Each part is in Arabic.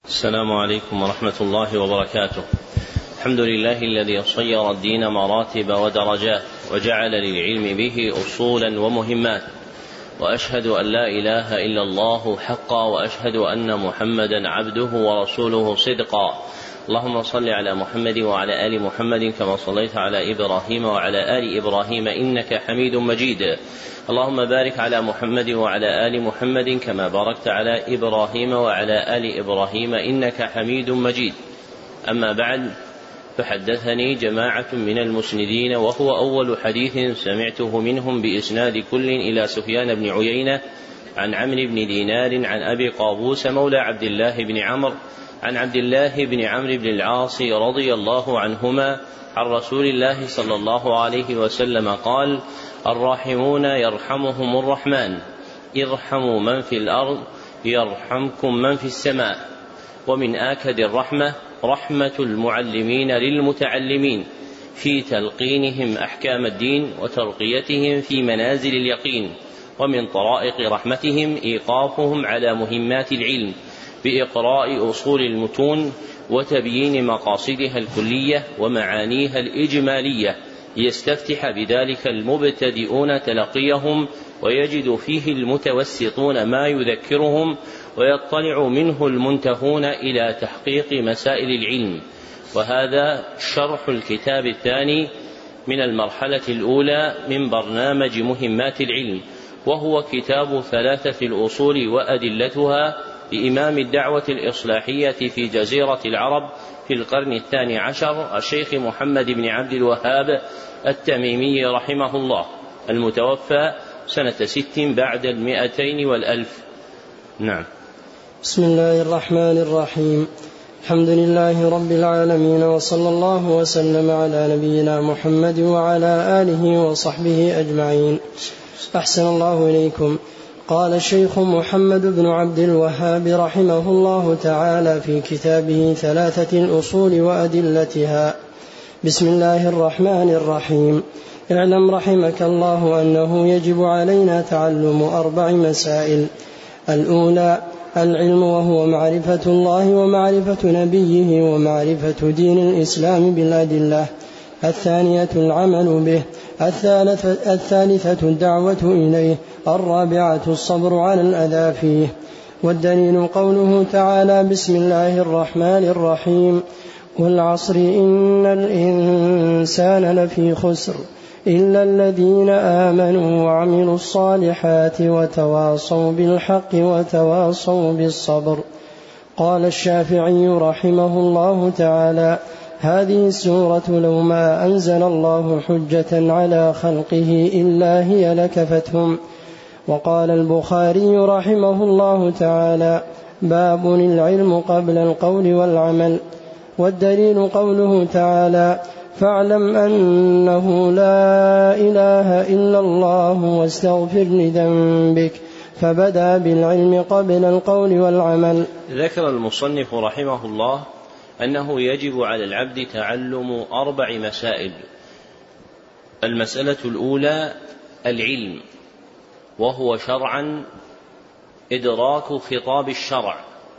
السلام عليكم ورحمة الله وبركاته. الحمد لله الذي صير الدين مراتب ودرجات وجعل للعلم به أصولا ومهمات، وأشهد أن لا إله إلا الله حقا، وأشهد أن محمدا عبده ورسوله صدقا. اللهم صل على محمد وعلى آل محمد كما صليت على إبراهيم وعلى آل إبراهيم إنك حميد مجيد. اللهم بارك على محمد وعلى آل محمد كما باركت على إبراهيم وعلى آل إبراهيم إنك حميد مجيد. أما بعد، فحدثني جماعة من المسندين، وهو أول حديث سمعته منهم بإسناد كل إلى سفيان بن عيينة عن عمرو بن دينار عن أبي قابوس مولى عبد الله بن عمرو عن عبد الله بن عمرو بن العاص رضي الله عنهما عن رسول الله صلى الله عليه وسلم قال: الراحمون يرحمهم الرحمن، ارحموا من في الأرض يرحمكم من في السماء. ومن آكد الرحمة رحمة المعلمين للمتعلمين في تلقينهم أحكام الدين وترقيتهم في منازل اليقين. ومن طرائق رحمتهم إيقافهم على مهمات العلم بإقراء أصول المتون وتبيين مقاصدها الكلية ومعانيها الإجمالية، ليستفتح بذلك المبتدئون تلقيهم، ويجد فيه المتوسطون ما يذكرهم، ويطلع منه المنتهون إلى تحقيق مسائل العلم. وهذا شرح الكتاب الثاني من المرحلة الأولى من برنامج مهمات العلم، وهو كتاب ثلاثة الأصول وأدلتها لإمام الدعوة الإصلاحية في جزيرة العرب في القرن 12 الشيخ محمد بن عبد الوهاب التميمي رحمه الله، المتوفى سنة 6 بعد 200 و1000. نعم. بسم الله الرحمن الرحيم. الحمد لله رب العالمين، وصلى الله وسلم على نبينا محمد وعلى آله وصحبه أجمعين. أحسن الله إليكم. قال الشيخ محمد بن عبد الوهاب رحمه الله تعالى في كتابه ثلاثة الأصول وأدلتها: بسم الله الرحمن الرحيم. اعلم رحمك الله أنه يجب علينا تعلم 4 مسائل. الأولى العلم، وهو معرفة الله ومعرفة نبيه ومعرفة دين الإسلام بالأدلة. الثانية العمل به. الثالثة الدعوة إليه. الرابعة الصبر على الأذى فيه. والدليل قوله تعالى: بسم الله الرحمن الرحيم: والعصر إن الإنسان لفي خسر إلا الذين آمنوا وعملوا الصالحات وتواصوا بالحق وتواصوا بالصبر. قال الشافعي رحمه الله تعالى: هذه السورة لو ما أنزل الله حجة على خلقه إلا هي لكفتهم. وقال البخاري رحمه الله تعالى: باب العلم قبل القول والعمل. والدليل قوله تعالى: فاعلم أنه لا إله إلا الله واستغفر لذنبك، فبدأ بالعلم قبل القول والعمل. ذكر المصنف رحمه الله أنه يجب على العبد تعلم 4 مسائل. المسألة الأولى العلم، وهو شرعا إدراك خطاب الشرع،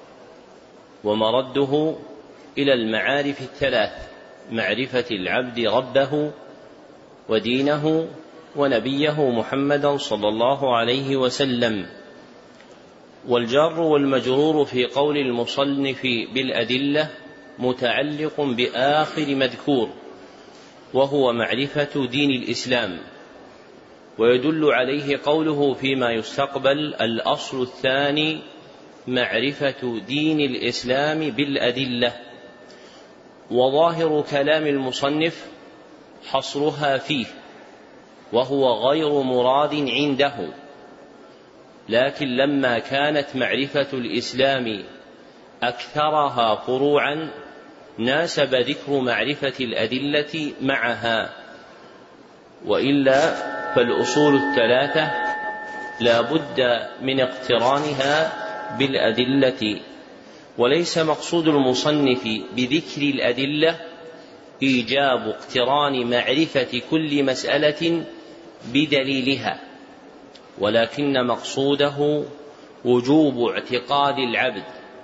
ومرده إلى المعارف 3: معرفة العبد ربه ودينه ونبيه محمدا صلى الله عليه وسلم. والجار والمجرور في قول المصنف بالأدلة متعلق بآخر مذكور، وهو معرفة دين الإسلام. ويدل عليه قوله فيما يستقبل: الأصل الثاني معرفة دين الإسلام بالأدلة. وظاهر كلام المصنف حصرها فيه، وهو غير مراد عنده، لكن لما كانت معرفة الإسلام أكثرها فروعا ناسب ذكر معرفة الأدلة معها. وإلا فالأصول 3 لا بد من اقترانها بالأدلة. وليس مقصود المصنف بذكر الأدلة إيجاب اقتران معرفة كل مسألة بدليلها، ولكن مقصوده وجوب اعتقاد العبد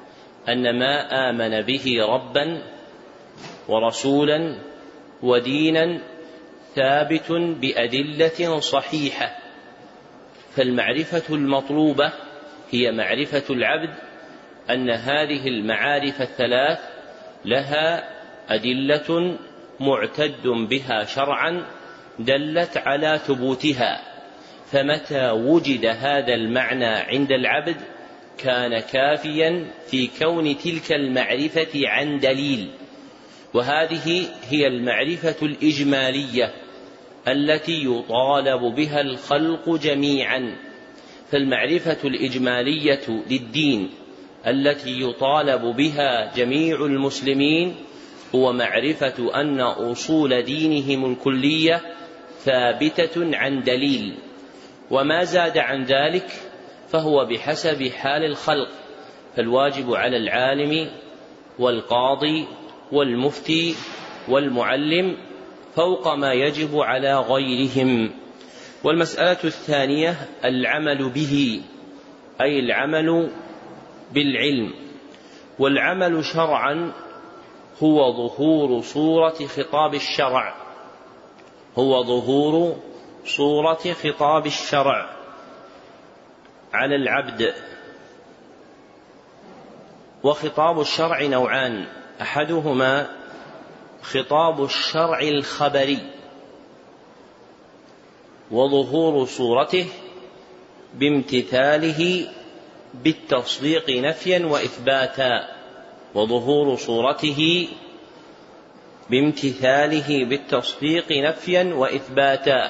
أن ما آمن به ربا ورسولا ودينا ثابت بأدلة صحيحة، فالمعرفة المطلوبة هي معرفة العبد أن هذه المعارف الثلاث لها أدلة معتد بها شرعا دلت على ثبوتها، فمتى وجد هذا المعنى عند العبد كان كافيا في كون تلك المعرفة عن دليل. وهذه هي المعرفة الإجمالية التي يطالب بها الخلق جميعا. فالمعرفة الإجمالية للدين التي يطالب بها جميع المسلمين هو معرفة أن أصول دينهم الكلية ثابتة عن دليل، وما زاد عن ذلك فهو بحسب حال الخلق. فالواجب على العالم والقاضي والمفتي والمعلم فوق ما يجب على غيرهم. والمسألة الثانية العمل به، أي العمل بالعلم. والعمل شرعا هو ظهور صورة خطاب الشرع، هو ظهور صورة خطاب الشرع على العبد. وخطاب الشرع نوعان، أحدهما خطاب الشرع الخبري وظهور صورته بامتثاله بالتصديق نفيا وإثباتا، وظهور صورته بامتثاله بالتصديق نفيا وإثباتا.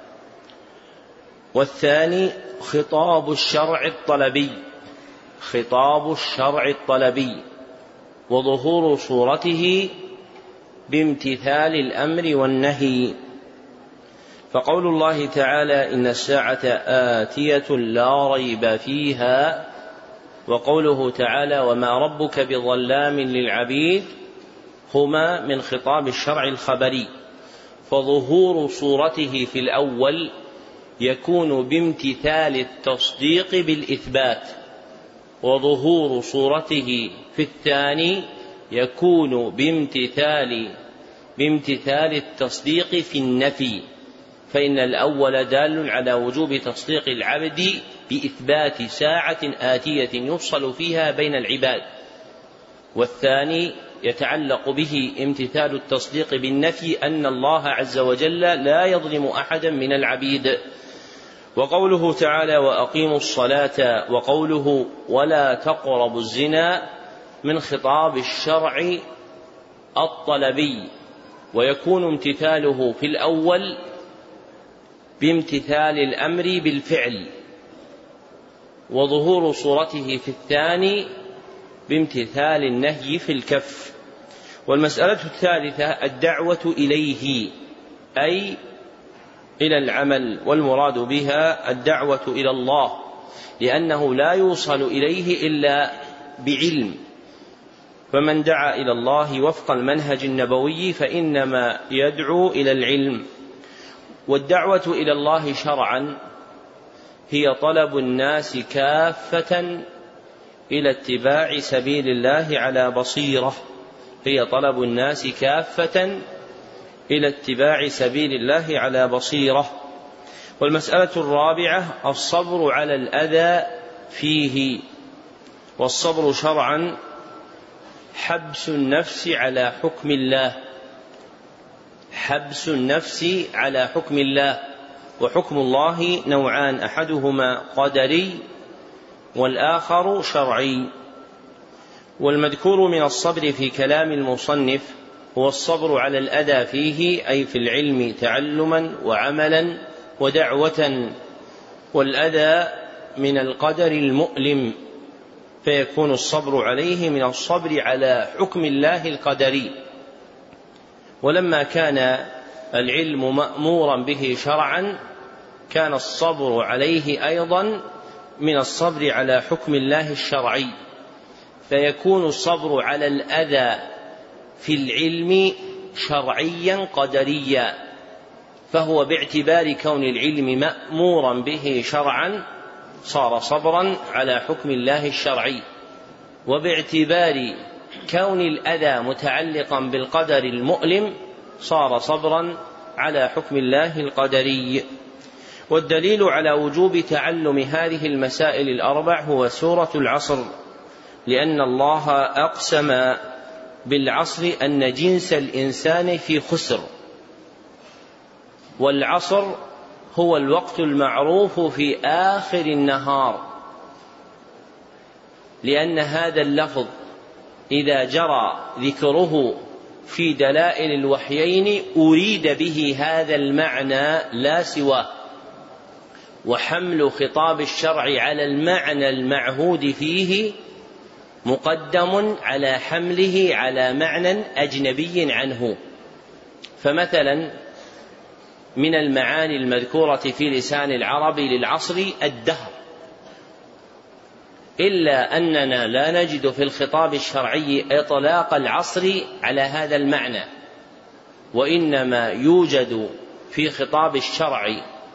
والثاني خطاب الشرع الطلبي، خطاب الشرع الطلبي وظهور صورته بامتثال الأمر والنهي. فقول الله تعالى إن الساعة آتية لا ريب فيها، وقوله تعالى وما ربك بظلام للعبيد، هما من خطاب الشرع الخبري. فظهور صورته في الأول يكون بامتثال التصديق بالإثبات، وظهور صورته في الثاني يكون بامتثال التصديق في النفي. فإن الأول دال على وجوب تصديق العبد بإثبات ساعة آتية يفصل فيها بين العباد، والثاني يتعلق به امتثال التصديق بالنفي أن الله عز وجل لا يظلم أحدا من العبيد. وقوله تعالى وأقيموا الصلاة، وقوله ولا تقربوا الزنا من خطاب الشرع الطلبي، ويكون امتثاله في الأول بامتثال الأمر بالفعل، وظهور صورته في الثاني بامتثال النهي في الكف. والمسألة الثالثة الدعوة إليه، أي إلى العمل، والمراد بها الدعوة إلى الله، لأنه لا يوصل إليه إلا بعلم. فمن دعا إلى الله وفق المنهج النبوي فإنما يدعو إلى العلم. والدعوة إلى الله شرعا هي طلب الناس كافة إلى اتباع سبيل الله على بصيرة، هي طلب الناس كافة إلى اتباع سبيل الله على بصيرة. والمسألة الرابعة الصبر على الأذى فيه. والصبر شرعا حبس النفس على حكم الله، حبس النفس على حكم الله. وحكم الله نوعان، أحدهما قدري والآخر شرعي. والمذكور من الصبر في كلام المصنف هو الصبر على الأذى فيه، أي في العلم تعلما وعملا ودعوة. والأذى من القدر المؤلم، فيكون الصبر عليه من الصبر على حكم الله القدري. ولما كان العلم مأمورا به شرعا كان الصبر عليه أيضا من الصبر على حكم الله الشرعي، فيكون الصبر على الأذى في العلم شرعيا قدريا، فهو باعتبار كون العلم مأمورا به شرعا صار صبرا على حكم الله الشرعي. وباعتبار كون الأذى متعلقا بالقدر المؤلم صار صبرا على حكم الله القدري. والدليل على وجوب تعلم هذه المسائل الأربع هو سورة العصر، لأن الله أقسم بالعصر أن جنس الإنسان في خسر، والعصر هو الوقت المعروف في آخر النهار، لأن هذا اللفظ إذا جرى ذكره في دلائل الوحيين أريد به هذا المعنى لا سواه، وحمل خطاب الشرع على المعنى المعهود فيه مقدم على حمله على معنى أجنبي عنه. فمثلا من المعاني المذكورة في لسان العرب للعصر الدهر، إلا أننا لا نجد في الخطاب الشرعي إطلاق العصر على هذا المعنى، وإنما يوجد في خطاب الشرع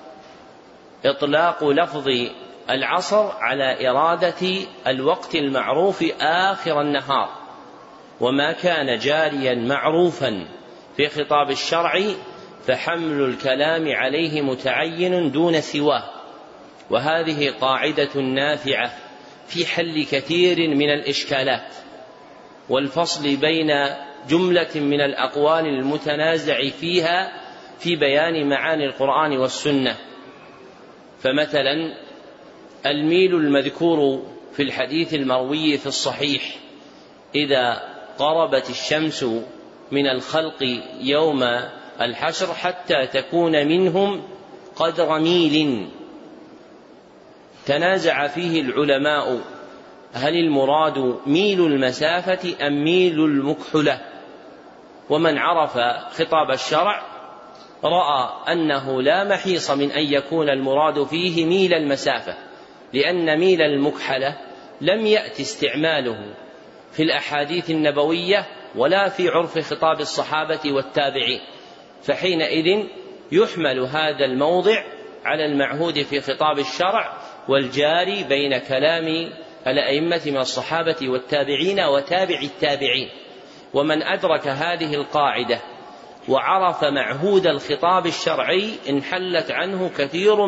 إطلاق لفظ العصر على إرادة الوقت المعروف آخر النهار، وما كان جاريا معروفا في خطاب الشرع فحمل الكلام عليه متعين دون سواه. وهذه قاعدة نافعة في حل كثير من الإشكالات والفصل بين جملة من الأقوال المتنازع فيها في بيان معاني القرآن والسنة. فمثلا الميل المذكور في الحديث المروي في الصحيح إذا قربت الشمس من الخلق يوم الحشر حتى تكون منهم قدر ميل، تنازع فيه العلماء هل المراد ميل المسافة أم ميل المكحلة، ومن عرف خطاب الشرع رأى أنه لا محيص من أن يكون المراد فيه ميل المسافة، لأن ميل المكحلة لم يأتي استعماله في الأحاديث النبوية ولا في عرف خطاب الصحابة والتابعين، فحينئذ يحمل هذا الموضع على المعهود في خطاب الشرع والجاري بين كلام الأئمة من الصحابة والتابعين وتابع التابعين. ومن أدرك هذه القاعدة وعرف معهود الخطاب الشرعي انحلت عنه كثير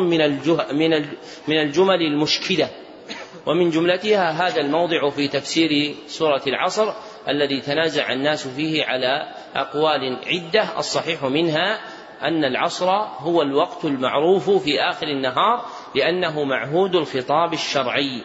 من الجمل المشكلة، ومن جملتها هذا الموضع في تفسير سورة العصر الذي تنازع الناس فيه على أقوال عدة، الصحيح منها أن العصر هو الوقت المعروف في آخر النهار لأنه معهود الخطاب الشرعي.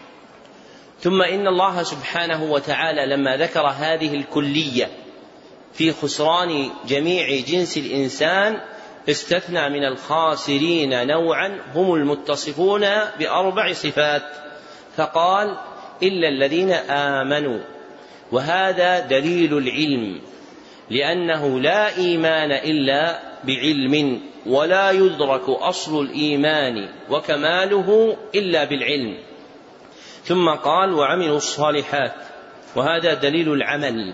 ثم إن الله سبحانه وتعالى لما ذكر هذه الكلية في خسران جميع جنس الإنسان استثنى من الخاسرين نوعا هم المتصفون بأربع صفات، فقال إلا الذين آمنوا، وهذا دليل العلم، لأنه لا إيمان إلا بعلم، ولا يدرك أصل الإيمان وكماله إلا بالعلم. ثم قال وعملوا الصالحات، وهذا دليل العمل.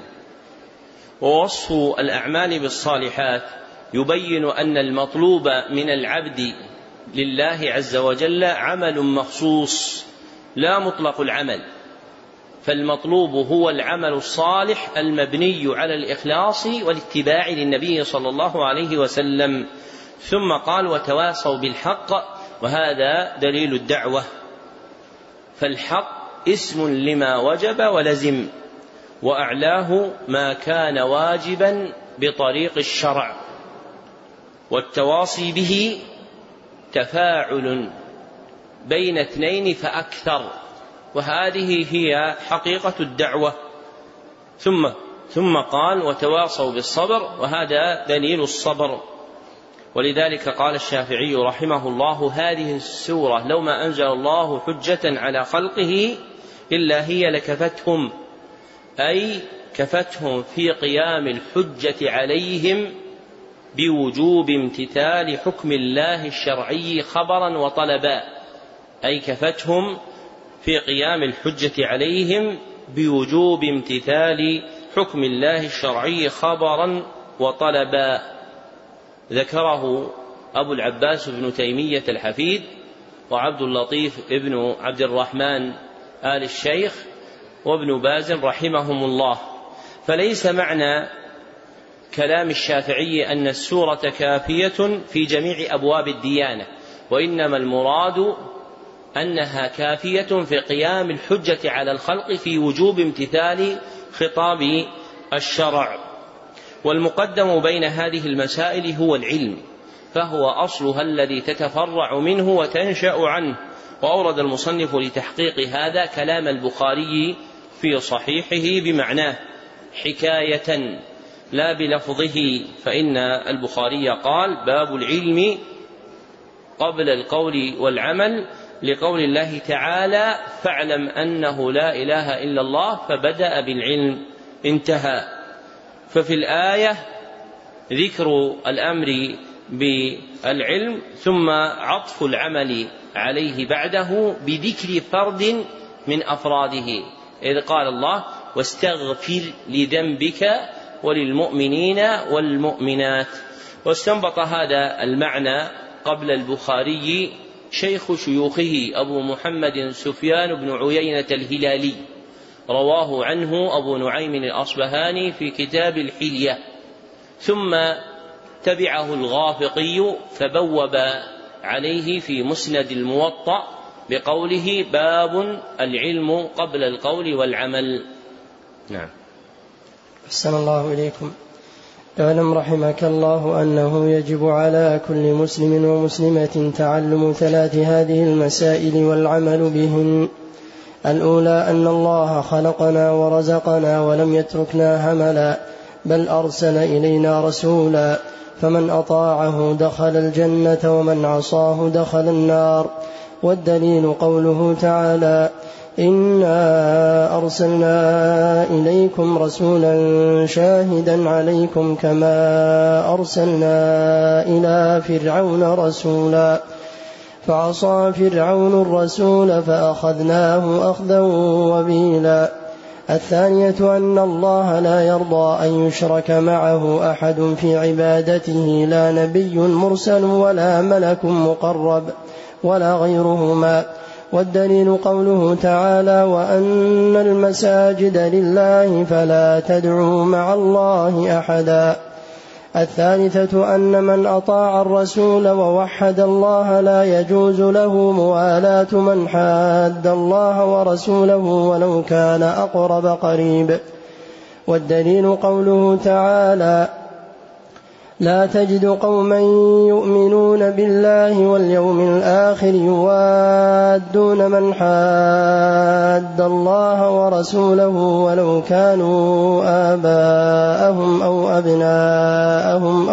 ووصف الأعمال بالصالحات يبين أن المطلوب من العبد لله عز وجل عمل مخصوص لا مطلق العمل، فالمطلوب هو العمل الصالح المبني على الإخلاص والاتباع للنبي صلى الله عليه وسلم. ثم قال وتواصوا بالحق، وهذا دليل الدعوة، فالحق اسم لما وجب ولزم، وأعلاه ما كان واجبا بطريق الشرع، والتواصي به تفاعل بين اثنين فأكثر، وهذه هي حقيقة الدعوة. ثم قال وتواصوا بالصبر، وهذا دليل الصبر. ولذلك قال الشافعي رحمه الله هذه السورة لو ما أنزل الله حجة على خلقه إلا هي لكفتهم، أي كفتهم في قيام الحجة عليهم بوجوب امتثال حكم الله الشرعي خبرا وطلبا، أي كفتهم في قيام الحجة عليهم بوجوب امتثال حكم الله الشرعي خبرا وطلبا. ذكره أبو العباس بن تيمية الحفيد وعبد اللطيف ابن عبد الرحمن آل الشيخ وابن باز رحمهم الله. فليس معنى كلام الشافعي أن السورة كافية في جميع أبواب الديانة، وإنما المراد أنها كافية في قيام الحجة على الخلق في وجوب امتثال خطاب الشرع. والمقدم بين هذه المسائل هو العلم، فهو أصلها الذي تتفرع منه وتنشأ عنه. وأورد المصنف لتحقيق هذا كلام البخاري في صحيحه بمعناه حكاية لا بلفظه، فإن البخاري قال: باب العلم قبل القول والعمل، لقول الله تعالى: فاعلم أنه لا إله إلا الله، فبدأ بالعلم، انتهى. ففي الآية ذكر الأمر بالعلم ثم عطف العمل عليه بعده بذكر فرد من أفراده، إذ قال الله: واستغفر لذنبك وللمؤمنين والمؤمنات. واستنبط هذا المعنى قبل البخاري شيخ شيوخه أبو محمد سفيان بن عيينة الهلالي، رواه عنه أبو نعيم الأصبهاني في كتاب الحلية، ثم تبعه الغافقي فبوب عليه في مسند الموطأ بقوله: باب العلم قبل القول والعمل. نعم. أحسن الله إليكم. اعلم رحمك الله أنه يجب على كل مسلم ومسلمة تعلم 3 هذه المسائل والعمل بهن. الأولى أن الله خلقنا ورزقنا ولم يتركنا هملا، بل أرسل إلينا رسولا، فمن أطاعه دخل الجنة ومن عصاه دخل النار. والدليل قوله تعالى: إنا أرسلنا إليكم رسولا شاهدا عليكم كما أرسلنا إلى فرعون رسولا، فعصى فرعون الرسول فأخذناه أخذا وبيلا. الثانية أن الله لا يرضى أن يشرك معه أحد في عبادته، لا نبي مرسل ولا ملك مقرب ولا غيرهما. والدليل قوله تعالى: وأن المساجد لله فلا تدعوا مع الله أحدا. الثالثة أن من أطاع الرسول ووحد الله لا يجوز له موالاة من حاد الله ورسوله ولو كان أقرب قريب. والدليل قوله تعالى: لا تجد قوما يؤمنون بالله واليوم الآخر يوادون من حاد الله ورسوله ولو كانوا آباءهم أو أبناءهم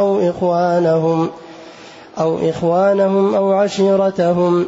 أو إخوانهم أو عشيرتهم،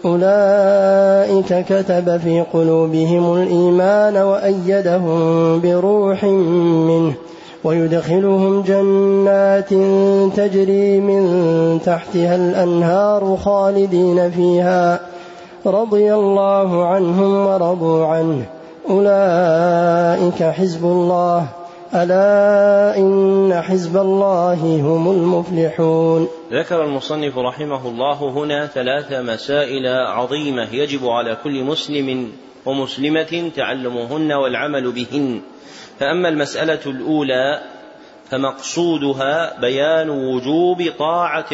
أولئك كتب في قلوبهم الإيمان وأيدهم بروح منه، ويدخلهم جنات تجري من تحتها الأنهار خالدين فيها، رضي الله عنهم ورضوا عنه، أولئك حزب الله، ألا إن حزب الله هم المفلحون. ذكر المصنف رحمه الله هنا 3 مسائل عظيمة يجب على كل مسلم ومسلمة تعلمهن والعمل بهن. فأما المسألة الأولى فمقصودها بيان وجوب طاعة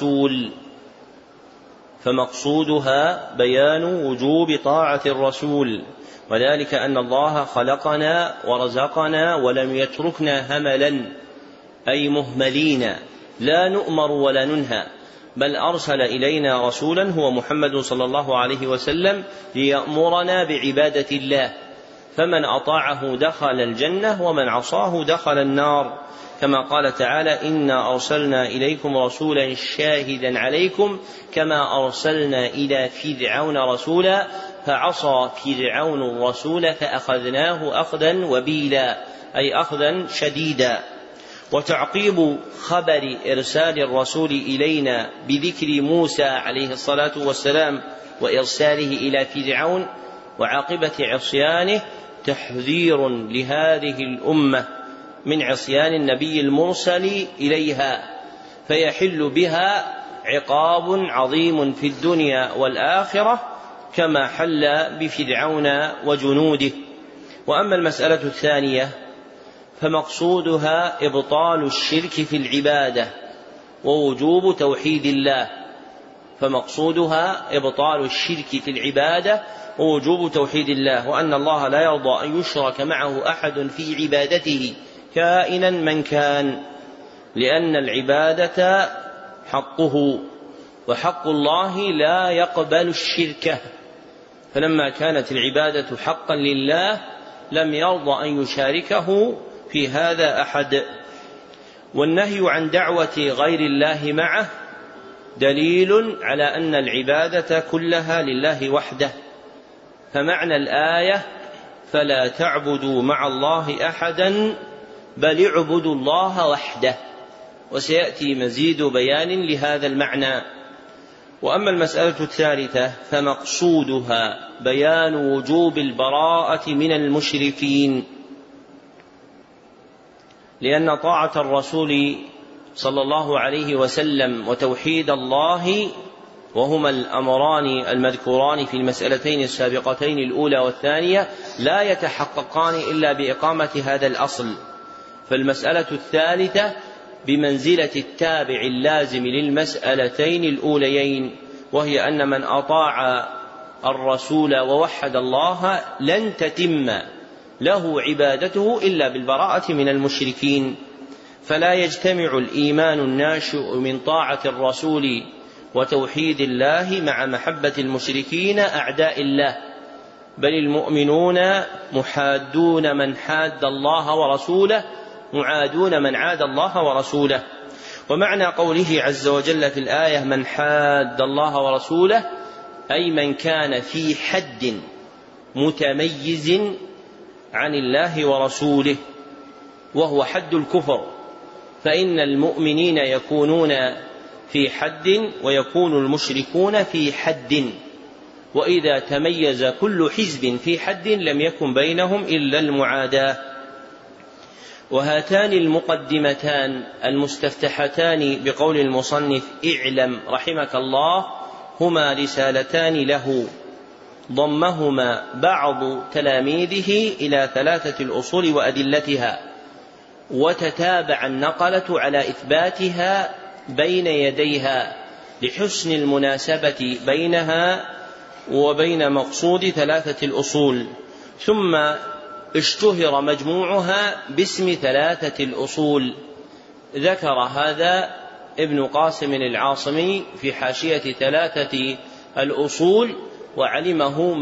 الرسول، وذلك أن الله خلقنا ورزقنا ولم يتركنا هملا، أي مهملين لا نؤمر ولا ننهى، بل أرسل إلينا رسولا هو محمد صلى الله عليه وسلم ليأمرنا بعبادة الله، فمن أطاعه دخل الجنة ومن عصاه دخل النار، كما قال تعالى: إنا أرسلنا إليكم رسولا شاهدا عليكم كما أرسلنا إلى فرعون رسولا فعصى فرعون الرسول فأخذناه أخذا وبيلا، أي أخذا شديدا. وتعقيب خبر إرسال الرسول إلينا بذكر موسى عليه الصلاة والسلام وإرساله إلى فرعون وعاقبة عصيانه تحذير لهذه الأمة من عصيان النبي المرسل إليها، فيحل بها عقاب عظيم في الدنيا والآخرة كما حل بفرعون وجنوده. وأما المسألة الثانية فمقصودها إبطال الشرك في العبادة ووجوب توحيد الله، فمقصودها إبطال الشرك في العبادة ووجوب توحيد الله، وأن الله لا يرضى أن يشرك معه أحد في عبادته كائنا من كان، لأن العبادة حقه وحق الله لا يقبل الشرك، فلما كانت العبادة حقا لله لم يرضى أن يشاركه في هذا أحد. والنهي عن دعوة غير الله معه دليل على أن العبادة كلها لله وحده، فمعنى الآية فلا تعبدوا مع الله أحدا بل اعبدوا الله وحده، وسيأتي مزيد بيان لهذا المعنى. وأما المسألة الثالثة فمقصودها بيان وجوب البراءة من المشركين، لأن طاعة الرسول صلى الله عليه وسلم وتوحيد الله وهما الأمران المذكوران في المسألتين السابقتين الأولى والثانية لا يتحققان إلا بإقامة هذا الأصل، فالمسألة الثالثة بمنزلة التابع اللازم للمسألتين الأوليين، وهي أن من أطاع الرسول ووحد الله لن تتم له عبادته إلا بالبراءة من المشركين، فلا يجتمع الإيمان الناشئ من طاعة الرسول وتوحيد الله مع محبة المشركين أعداء الله، بل المؤمنون محادون من حاد الله ورسوله معادون من عاد الله ورسوله. ومعنى قوله عز وجل في الآية من حاد الله ورسوله أي من كان في حد متميز عن الله ورسوله، وهو حد الكفر، فإن المؤمنين يكونون في حد ويكون المشركون في حد، وإذا تميز كل حزب في حد لم يكن بينهم إلا المعاداة. وهاتان المقدمتان المستفتحتان بقول المصنف اعلم رحمك الله هما رسالتان له ضمهما بعض تلاميذه إلى 3 الأصول وأدلتها، وتتابع النقلة على إثباتها بين يديها لحسن المناسبة بينها وبين مقصود 3 الأصول، ثم اشتهر مجموعها باسم 3 الأصول. ذكر هذا ابن قاسم العاصمي في حاشية 3 الأصول، وعلمه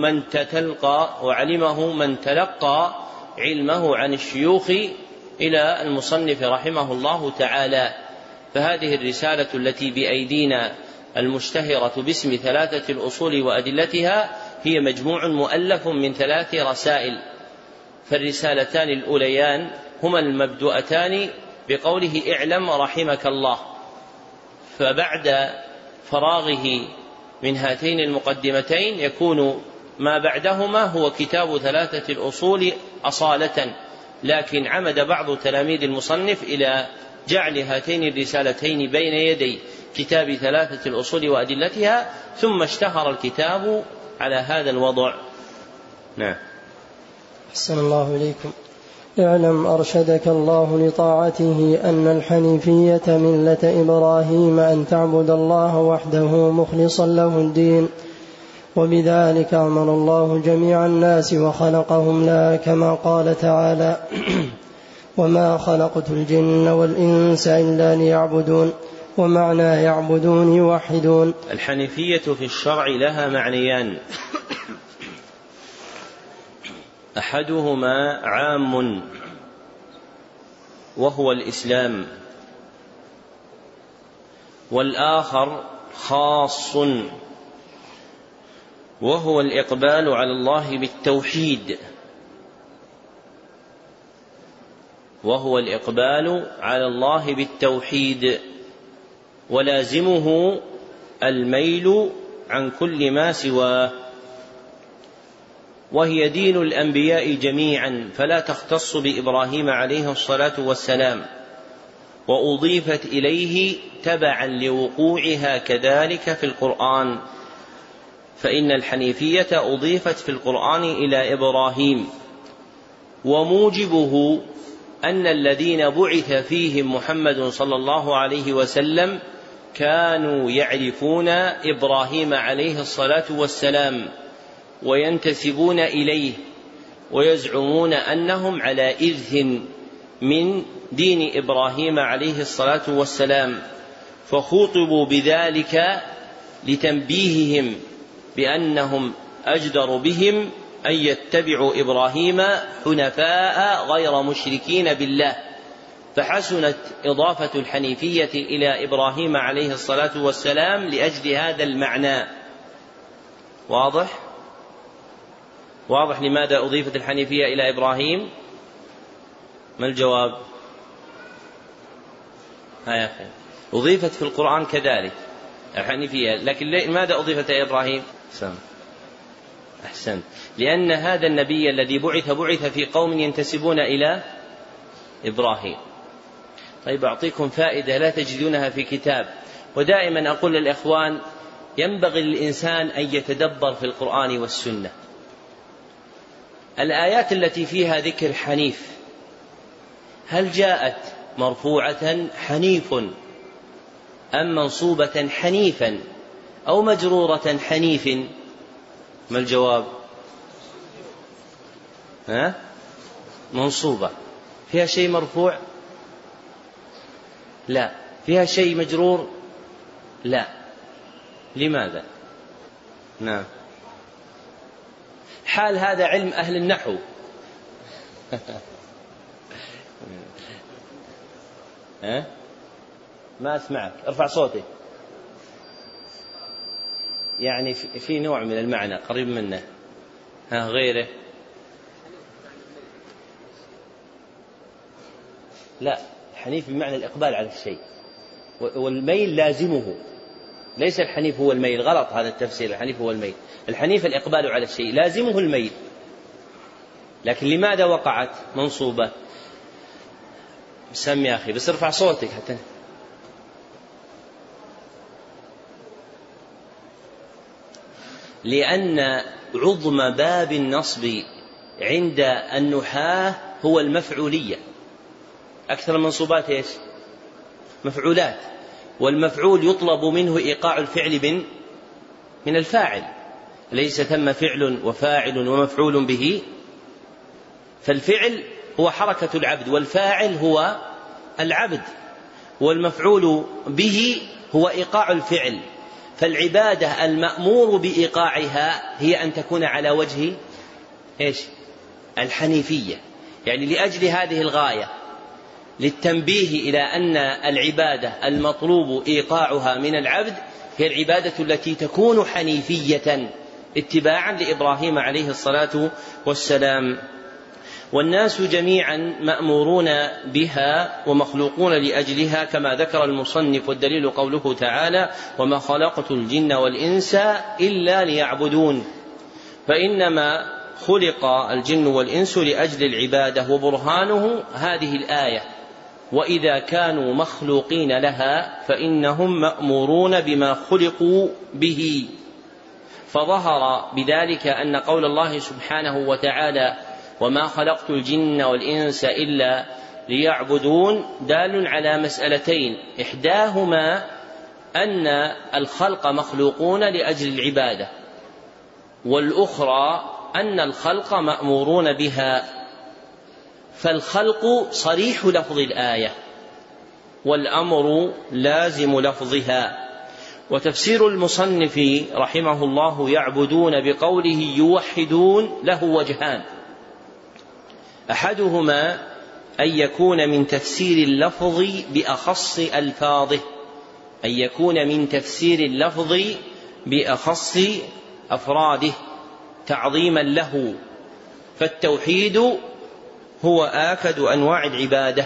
من تلقى علمه عن الشيوخ إلى المصنف رحمه الله تعالى. فهذه الرسالة التي بأيدينا المشتهرة باسم 3 الأصول وأدلتها هي مجموع مؤلف من 3 رسائل، فالرسالتان الأوليان هما المبدوءتان بقوله اعلم رحمك الله، فبعد فراغه من هاتين المقدمتين يكون ما بعدهما هو كتاب 3 الأصول أصالة، لكن عمد بعض تلاميذ المصنف إلى جعل هاتين الرسالتين بين يدي كتاب 3 الأصول وأدلتها، ثم اشتهر الكتاب على هذا الوضع. نعم. أحسن الله إليكم. اعلم أرشدك الله لطاعته أن الحنيفية ملة إبراهيم أن تعبد الله وحده مخلصا له الدين، وبذلك أمر الله جميع الناس وخلقهم لا، كما قال تعالى وما خلقت الجن والإنس إلا ليعبدون، ومعنى يعبدون يوحدون. الحنيفية في الشرع لها معنيان، أحدهما عام وهو الإسلام، والآخر خاص وهو الإقبال على الله بالتوحيد، ولازمه الميل عن كل ما سواه، وهي دين الأنبياء جميعا، فلا تختص بإبراهيم عليه الصلاة والسلام، وأضيفت إليه تبعا لوقوعها كذلك في القرآن، فإن الحنيفية أضيفت في القرآن إلى إبراهيم، وموجبه أن الذين بعث فيهم محمد صلى الله عليه وسلم كانوا يعرفون إبراهيم عليه الصلاة والسلام وينتسبون إليه ويزعمون أنهم على إرث من دين إبراهيم عليه الصلاة والسلام، فخوطبوا بذلك لتنبيههم بأنهم أجدر بهم أن يتبعوا إبراهيم حنفاء غير مشركين بالله، فحسنت إضافة الحنيفية إلى إبراهيم عليه الصلاة والسلام لأجل هذا المعنى. واضح لماذا أضيفت الحنيفية إلى إبراهيم؟ ما الجواب؟ يا أخي أضيفت في القرآن كذلك الحنيفية، لكن لماذا أضيفت إلى إبراهيم؟ أحسن، لأن هذا النبي الذي بعث في قوم ينتسبون إلى إبراهيم. طيب أعطيكم فائدة لا تجدونها في كتاب، ودائما أقول للإخوان ينبغي للإنسان أن يتدبر في القرآن والسنة. الآيات التي فيها ذكر حنيف هل جاءت مرفوعة حنيف أم منصوبة حنيفا أو مجرورة حنيف؟ ما الجواب؟ منصوبة. فيها شيء مرفوع؟ لا. فيها شيء مجرور؟ لا. لماذا؟ نعم، حال هذا علم أهل النحو. ما أسمعك، ارفع صوتك. يعني في نوع من المعنى قريب منه. غيره؟ لا، الحنيف بمعنى الإقبال على الشيء، والميل لازمه، ليس الحنيف هو الميل، غلط هذا التفسير. الحنيف هو الميل، الحنيف الإقبال على الشيء لازمه الميل. لكن لماذا وقعت منصوبة؟ سمي يا أخي، بس ارفع صوتك حتى. لأن عظم باب النصب عند النحاة هو المفعولية. أكثر المنصوبات إيش؟ مفعولات، والمفعول يطلب منه إيقاع الفعل من الفاعل، ليس ثم فعل وفاعل ومفعول به. فالفعل هو حركة العبد، والفاعل هو العبد، والمفعول به هو إيقاع الفعل. فالعبادة المأمور بإيقاعها هي أن تكون على وجه الحنيفية. يعني لأجل هذه الغاية، للتنبيه إلى أن العبادة المطلوب إيقاعها من العبد هي العبادة التي تكون حنيفية اتباعا لإبراهيم عليه الصلاة والسلام. والناس جميعا مأمورون بها ومخلوقون لأجلها، كما ذكر المصنف، والدليل قوله تعالى: وما خلقت الجن والإنس إلا ليعبدون. فإنما خلق الجن والإنس لأجل العبادة، وبرهانه هذه الآية: وإذا كانوا مخلوقين لها فإنهم مأمورون بما خلقوا به. فظهر بذلك أن قول الله سبحانه وتعالى: وما خلقت الجن والإنس إلا ليعبدون دال على مسألتين: إحداهما أن الخلق مخلوقون لأجل العبادة، والأخرى أن الخلق مأمورون بها. فالخلق صريح لفظ الآية، والأمر لازم لفظها. وتفسير المصنف رحمه الله يعبدون بقوله يوحدون له وجهان: أحدهما أن يكون من تفسير اللفظ بأخص ألفاظه، أن يكون من تفسير اللفظ بأخص أفراده تعظيما له، فالتوحيد هو آكد أنواع العبادة.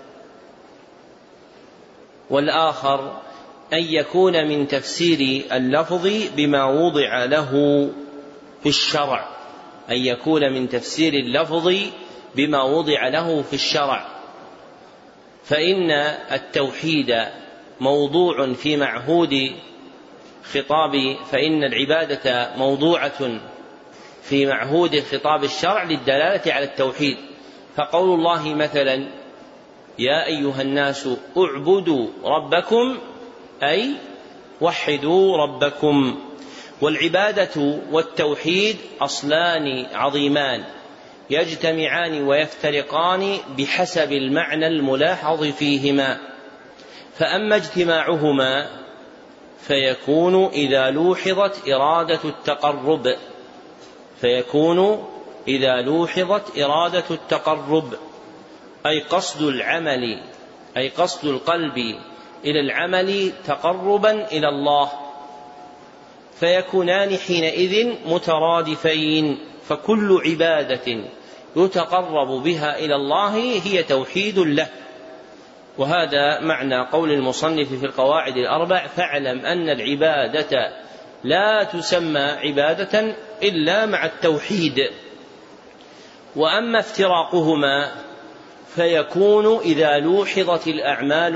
والآخر أن يكون من تفسير اللفظ بما وضع له في الشرع، أن يكون من تفسير اللفظ بما وضع له في الشرع. فإن التوحيد موضوع في معهود خطاب، فإن العبادة موضوعة في معهود خطاب الشرع للدلالة على التوحيد، فقول الله مثلا يا أيها الناس اعبدوا ربكم أي وحدوا ربكم. والعبادة والتوحيد أصلان عظيمان يجتمعان ويفترقان بحسب المعنى الملاحظ فيهما. فأما اجتماعهما فيكون إذا لوحظت إرادة التقرب أي قصد القلب إلى العمل تقربا إلى الله، فيكونان حينئذ مترادفين، فكل عبادة يتقرب بها إلى الله هي توحيد له. وهذا معنى قول المصنف في القواعد الأربع: فاعلم أن العبادة لا تسمى عبادة إلا مع التوحيد. وأما افتراقهما فيكون إذا لوحظت الأعمال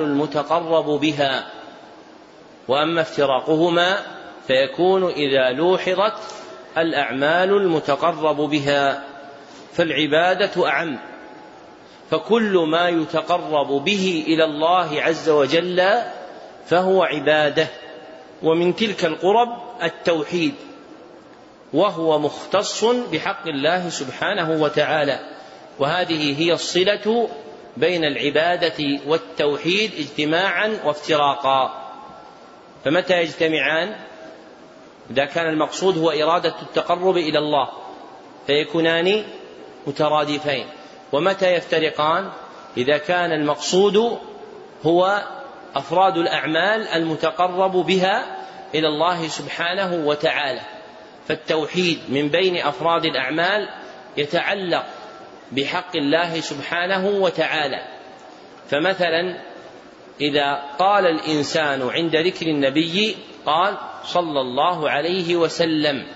المتقرب بها، فالعبادة أعم، فكل ما يتقرب به إلى الله عز وجل فهو عبادة. ومن تلك القرب التوحيد، وهو مختص بحق الله سبحانه وتعالى. وهذه هي الصلة بين العبادة والتوحيد اجتماعا وافتراقا. فمتى يجتمعان؟ إذا كان المقصود هو إرادة التقرب إلى الله فيكونان مترادفين. ومتى يفترقان؟ إذا كان المقصود هو أفراد الأعمال المتقرب بها إلى الله سبحانه وتعالى. فالتوحيد من بين أفراد الأعمال يتعلق بحق الله سبحانه وتعالى. فمثلا إذا قال الإنسان عند ذكر النبي قال صلى الله عليه وسلم،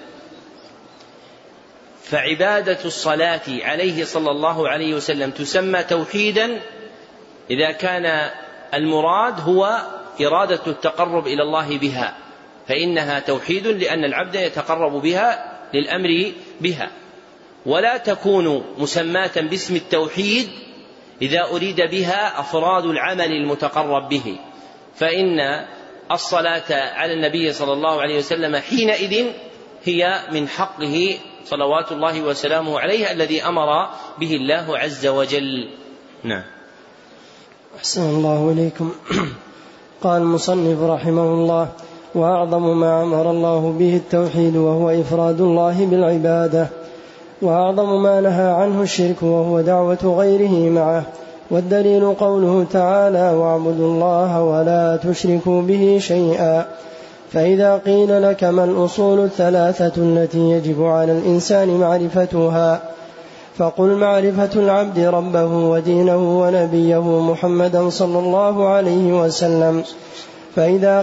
فعبادة الصلاة عليه صلى الله عليه وسلم تسمى توحيدا إذا كان المراد هو إرادة التقرب إلى الله بها، فإنها توحيد لأن العبد يتقرب بها للأمر بها. ولا تكون مسماة باسم التوحيد إذا أريد بها أفراد العمل المتقرب به، فإن الصلاة على النبي صلى الله عليه وسلم حينئذ هي من حقه صلوات الله وسلامه عليه الذي أمر به الله عز وجل. نعم. أحسن الله إليكم. قال المصنف رحمه الله: وأعظم ما أمر الله به التوحيد وهو إفراد الله بالعبادة، وأعظم ما نهى عنه الشرك وهو دعوة غيره معه. والدليل قوله تعالى: واعبدوا الله ولا تشركوا به شيئا. فإذا قيل لك ما الأصول الثلاثة التي يجب على الإنسان معرفتها، فقل معرفة العبد ربه ودينه ونبيه محمدا صلى الله عليه وسلم. فإذا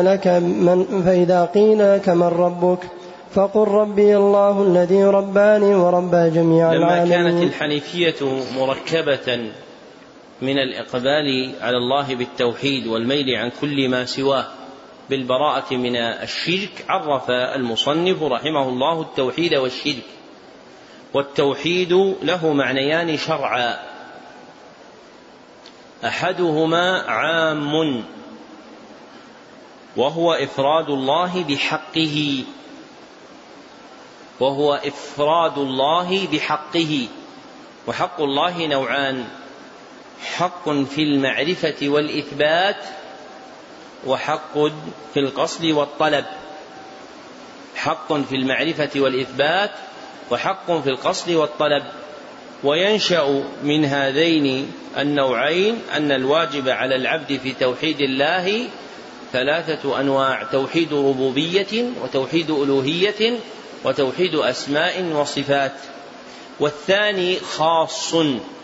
قيل لك من ربك فقل ربي الله الذي رباني وربى جميع العالمين. لما كانت الحنيفية مركبة من الإقبال على الله بالتوحيد والميل عن كل ما سواه بالبراءة من الشرك، عرف المصنف رحمه الله التوحيد والشرك. والتوحيد له معنيان شرعا: أحدهما عام وهو إفراد الله بحقه. وحق الله نوعان: حق في المعرفة والإثبات، وحق في القصد والطلب. حق في المعرفة والإثبات وحق في القصد والطلب. وينشأ من هذين النوعين أن الواجب على العبد في توحيد الله ثلاثة أنواع: توحيد ربوبية، وتوحيد ألوهية، وتوحيد أسماء وصفات. والثاني خاص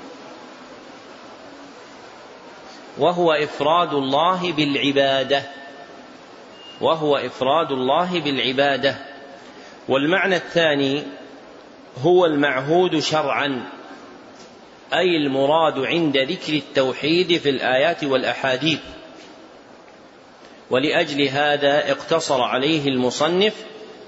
وهو إفراد الله بالعبادة. والمعنى الثاني هو المعهود شرعا، أي المراد عند ذكر التوحيد في الآيات والأحاديث. ولأجل هذا اقتصر عليه المصنف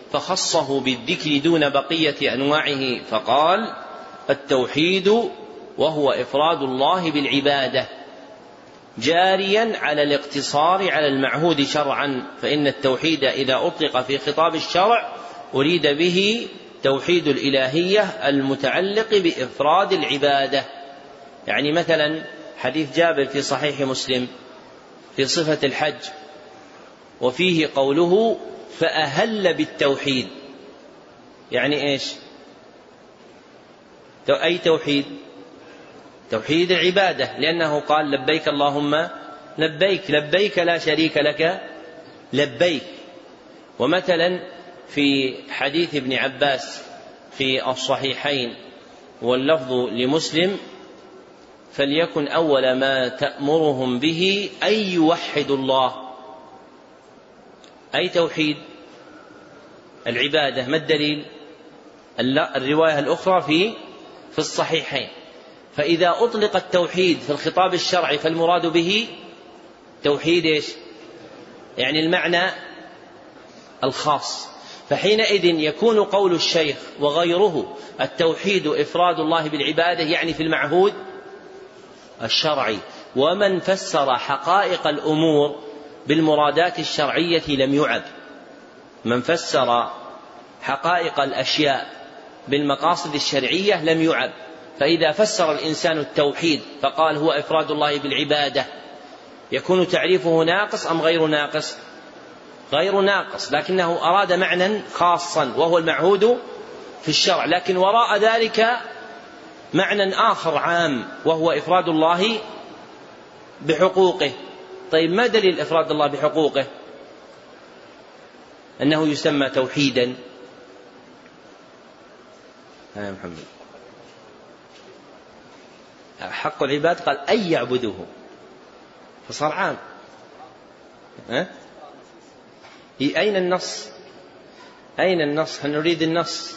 فخصه بالذكر دون بقية أنواعه، فقال: التوحيد وهو إفراد الله بالعبادة، جاريا على الاقتصار على المعهود شرعا، فإن التوحيد إذا أطلق في خطاب الشرع أريد به توحيد الإلهية المتعلق بإفراد العبادة. يعني مثلا حديث جابر في صحيح مسلم في صفة الحج، وفيه قوله فأهل بالتوحيد، يعني إيش؟ أي توحيد؟ توحيد العبادة، لأنه قال لبيك اللهم لبيك، لبيك لا شريك لك لبيك. ومثلا في حديث ابن عباس في الصحيحين واللفظ لمسلم فليكن أول ما تأمرهم به أن يوحدوا الله، أي توحيد العبادة. ما الدليل؟ الرواية الأخرى في الصحيحين. فإذا أطلق التوحيد في الخطاب الشرعي فالمراد به توحيد إيش؟ يعني المعنى الخاص. فحينئذ يكون قول الشيخ وغيره التوحيد إفراد الله بالعبادة يعني في المعهود الشرعي. ومن فسر حقائق الأمور بالمرادات الشرعية لم يعب، من فسر حقائق الأشياء بالمقاصد الشرعية لم يعب. فإذا فسر الإنسان التوحيد فقال هو إفراد الله بالعبادة، يكون تعريفه ناقص أم غير ناقص؟ غير ناقص، لكنه أراد معنى خاصا وهو المعهود في الشرع، لكن وراء ذلك معنى آخر عام وهو إفراد الله بحقوقه. طيب ما دليل إفراد الله بحقوقه؟ أنه يسمى توحيدا. يا محمد، حق العباد قال أن يعبدوه فصار عام. أين النص؟ أين النص؟ هل نريد النص؟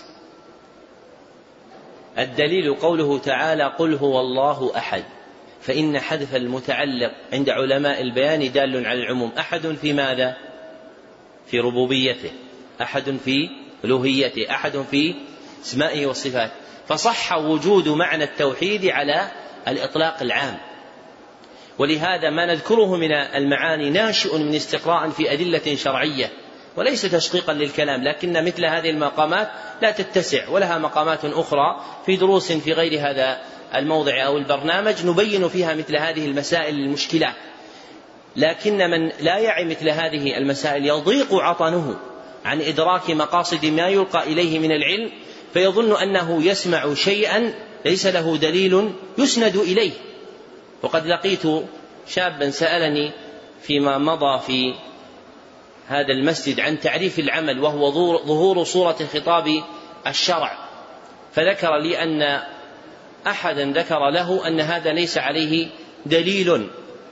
الدليل قوله تعالى قل هو الله أحد، فإن حذف المتعلق عند علماء البيان دال على العموم. أحد في ماذا؟ في ربوبيته، أحد في ألوهيته، أحد في اسمائه وصفاته، فصح وجود معنى التوحيد على الإطلاق العام. ولهذا ما نذكره من المعاني ناشئ من استقراء في أدلة شرعية وليس تشقيقا للكلام، لكن مثل هذه المقامات لا تتسع، ولها مقامات أخرى في دروس في غير هذا الموضع أو البرنامج نبين فيها مثل هذه المسائل المشكلات. لكن من لا يعي مثل هذه المسائل يضيق عطنه عن إدراك مقاصد ما يلقى إليه من العلم، فيظن أنه يسمع شيئا ليس له دليل يسند إليه. وقد لقيت شابا سألني فيما مضى في هذا المسجد عن تعريف العمل وهو ظهور صورة خطاب الشرع، فذكر لي أن أحدا ذكر له أن هذا ليس عليه دليل،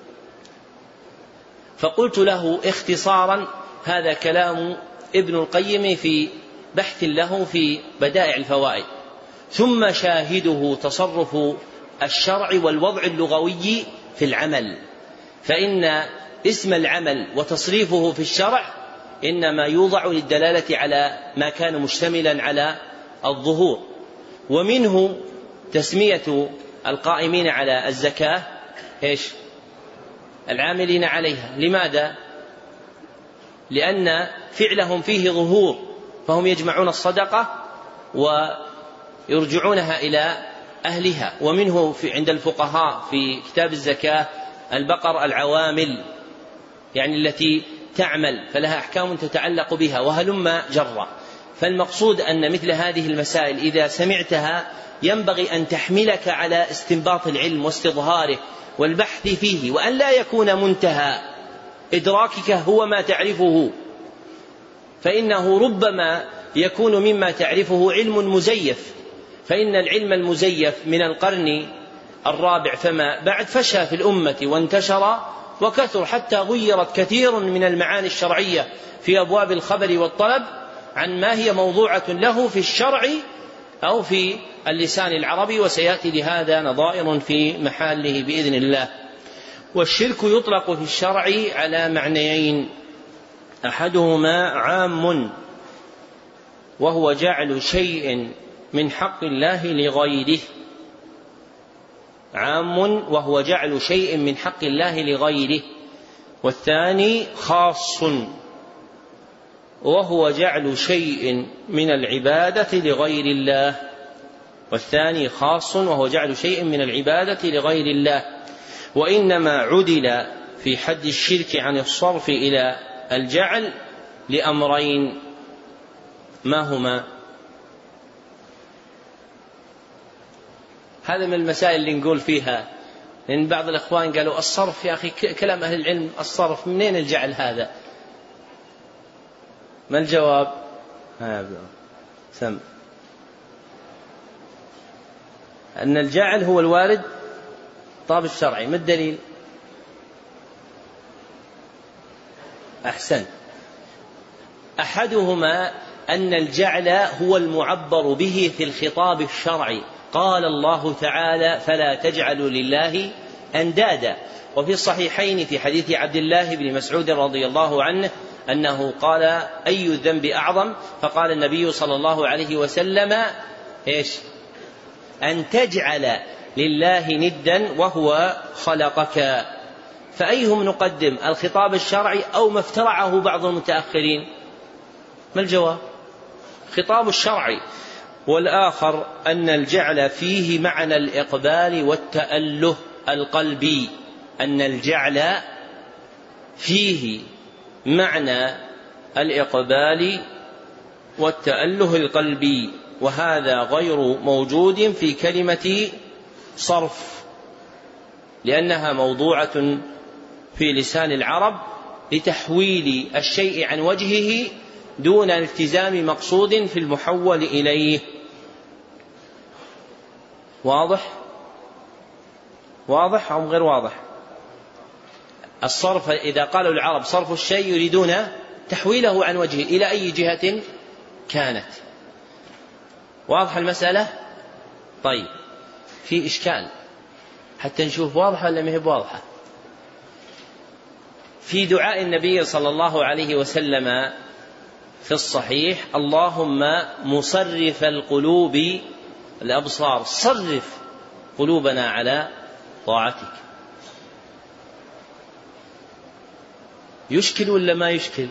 فقلت له اختصارا هذا كلام ابن القيم في بحث له في بدائع الفوائد، ثم شاهده تصرف الشرع والوضع اللغوي في العمل، فإن اسم العمل وتصريفه في الشرع إنما يوضع للدلالة على ما كان مشتملا على الظهور. ومنه تسمية القائمين على الزكاة إيش؟ العاملين عليها. لماذا؟ لأن فعلهم فيه ظهور، فهم يجمعون الصدقة ويرجعونها إلى أهلها. ومنه عند الفقهاء في كتاب الزكاة البقر العوامل، يعني التي تعمل فلها أحكام تتعلق بها وهلم جرا. فالمقصود أن مثل هذه المسائل إذا سمعتها ينبغي أن تحملك على استنباط العلم واستظهاره والبحث فيه، وأن لا يكون منتهى إدراكك هو ما تعرفه، فإنه ربما يكون مما تعرفه علم مزيف. فإن العلم المزيف من القرن الرابع فما بعد فشى في الأمة وانتشر وكثر، حتى غيرت كثير من المعاني الشرعية في أبواب الخبر والطلب عن ما هي موضوعة له في الشرع أو في اللسان العربي، وسيأتي لهذا نظائر في محله بإذن الله. والشرك يطلق في الشرع على معنيين، أحدهما عام وهو جعل شيء من حق الله لغيره، عام وهو جعل شيء من حق الله لغيره، والثاني خاص وهو جعل شيء من العبادة لغير الله، والثاني خاص وهو جعل شيء من العبادة لغير الله. وإنما عدل في حد الشرك عن الصرف إلى الجعل لأمرين، ما هما؟ هذا من المسائل اللي نقول فيها، لأن بعض الإخوان قالوا الصرف، يا أخي كلام أهل العلم الصرف، منين الجعل هذا؟ ما الجواب؟ سم أن الجعل هو الوارد طاب الشرعي. ما الدليل؟ أحسن. أحدهما أن الجعل هو المعبر به في الخطاب الشرعي، قال الله تعالى فلا تجعلوا لله أندادا. وفي الصحيحين في حديث عبد الله بن مسعود رضي الله عنه أنه قال أي الذنب أعظم؟ فقال النبي صلى الله عليه وسلم إيش؟ أن تجعل لله ندا وهو خلقك. فأيهم نقدم، الخطاب الشرعي أو ما افترعه بعض المتأخرين؟ ما الجواب؟ خطاب الشرعي. والآخر أن الجعل فيه معنى الإقبال والتأله القلبي، أن الجعل فيه معنى الإقبال والتأله القلبي، وهذا غير موجود في كلمة صرف، لأنها موضوعة في لسان العرب لتحويل الشيء عن وجهه دون التزام مقصود في المحول إليه. واضح أو غير واضح؟ الصرف إذا قالوا العرب صرف الشيء يريدون تحويله عن وجهه إلى أي جهة كانت. واضح المسألة؟ طيب، في إشكال حتى نشوف واضحة ولا ما هي واضحة. في دعاء النبي صلى الله عليه وسلم في الصحيح اللهم مصرف القلوب الأبصار صرف قلوبنا على طاعتك. يشكل ولا ما يشكل؟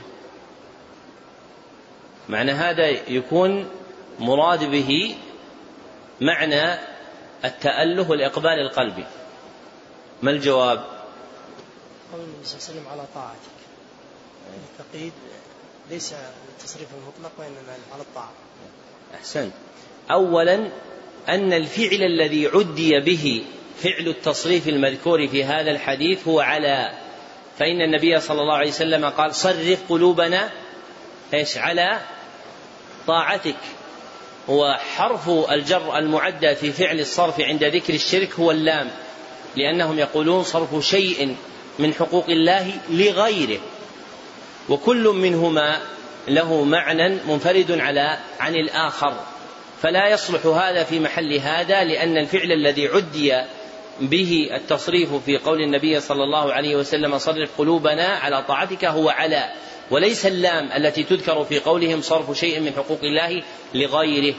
معنى هذا يكون مراد به معنى التأله والإقبال القلبي. ما الجواب؟ قول النبي صلى الله عليه وسلم على طاعتك، التقييد ليس التصريف المطلق وإنما على الطاعة. أحسن. أولا أن الفعل الذي عدي به فعل التصريف المذكور في هذا الحديث هو على، فإن النبي صلى الله عليه وسلم قال صرف قلوبنا إيش؟ على طاعتك. هو حرف الجر المعدى في فعل الصرف عند ذكر الشرك هو اللام، لأنهم يقولون صرف شيء من حقوق الله لغيره، وكل منهما له معنى منفرد عن الآخر، فلا يصلح هذا في محل هذا، لأن الفعل الذي عدي به التصريف في قول النبي صلى الله عليه وسلم صرف قلوبنا على طاعتك هو على، وليس اللام التي تذكر في قولهم صرف شيء من حقوق الله لغيره.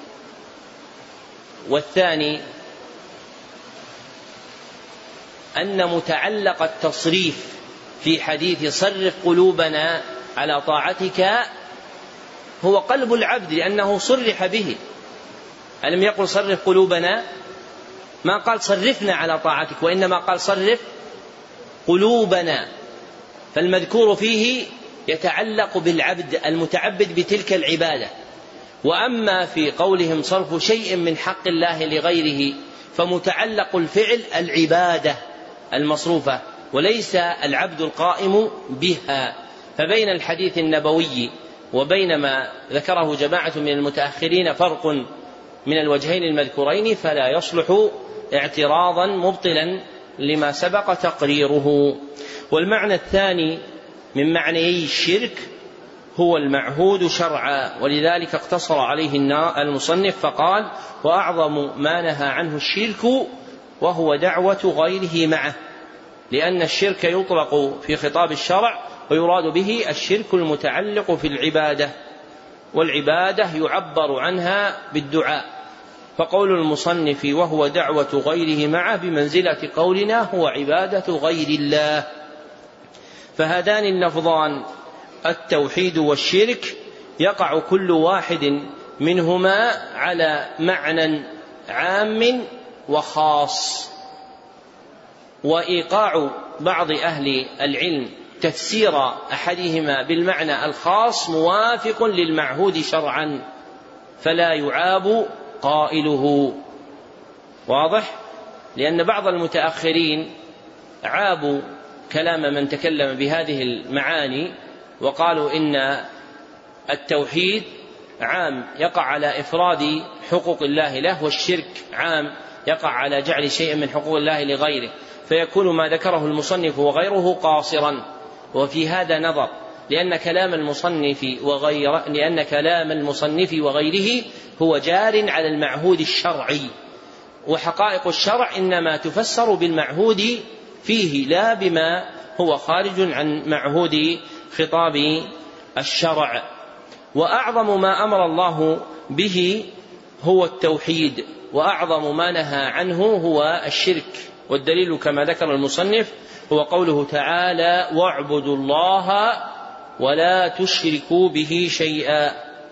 والثاني أن متعلق التصريف في حديث صرف قلوبنا على طاعتك هو قلب العبد، لأنه صرح به. ألم يقل صرف قلوبنا؟ ما قال صرفنا على طاعتك، وإنما قال صرف قلوبنا، فالمذكور فيه يتعلق بالعبد المتعبد بتلك العبادة. وأما في قولهم صرف شيء من حق الله لغيره فمتعلق الفعل العبادة المصروفة وليس العبد القائم بها. فبين الحديث النبوي وبين ما ذكره جماعة من المتأخرين فرق من الوجهين المذكورين، فلا يصلح اعتراضا مبطلا لما سبق تقريره. والمعنى الثاني من معنيي الشرك هو المعهود شرعا، ولذلك اقتصر عليه المصنف فقال وأعظم ما نهى عنه الشرك وهو دعوة غيره معه، لأن الشرك يطلق في خطاب الشرع ويراد به الشرك المتعلق في العبادة، والعبادة يعبر عنها بالدعاء، فقول المصنف وهو دعوة غيره معه بمنزلة قولنا هو عبادة غير الله. فهذان اللفظان التوحيد والشرك يقع كل واحد منهما على معنى عام وخاص، وإيقاع بعض أهل العلم تفسير أحدهما بالمعنى الخاص موافق للمعهود شرعا فلا يعاب قائله. واضح؟ لأن بعض المتأخرين عابوا كلام من تكلم بهذه المعاني وقالوا إن التوحيد عام يقع على إفراد حقوق الله له، والشرك عام يقع على جعل شيء من حقوق الله لغيره، فيكون ما ذكره المصنف وغيره قاصرا. وفي هذا نظر، لأن كلام المصنف وغيره هو جار على المعهود الشرعي، وحقائق الشرع إنما تفسر بالمعهود فيه لا بما هو خارج عن معهود خطاب الشرع. وأعظم ما أمر الله به هو التوحيد، وأعظم ما نهى عنه هو الشرك، والدليل كما ذكر المصنف هو قوله تعالى واعبدوا الله ولا تشركوا به شيئا.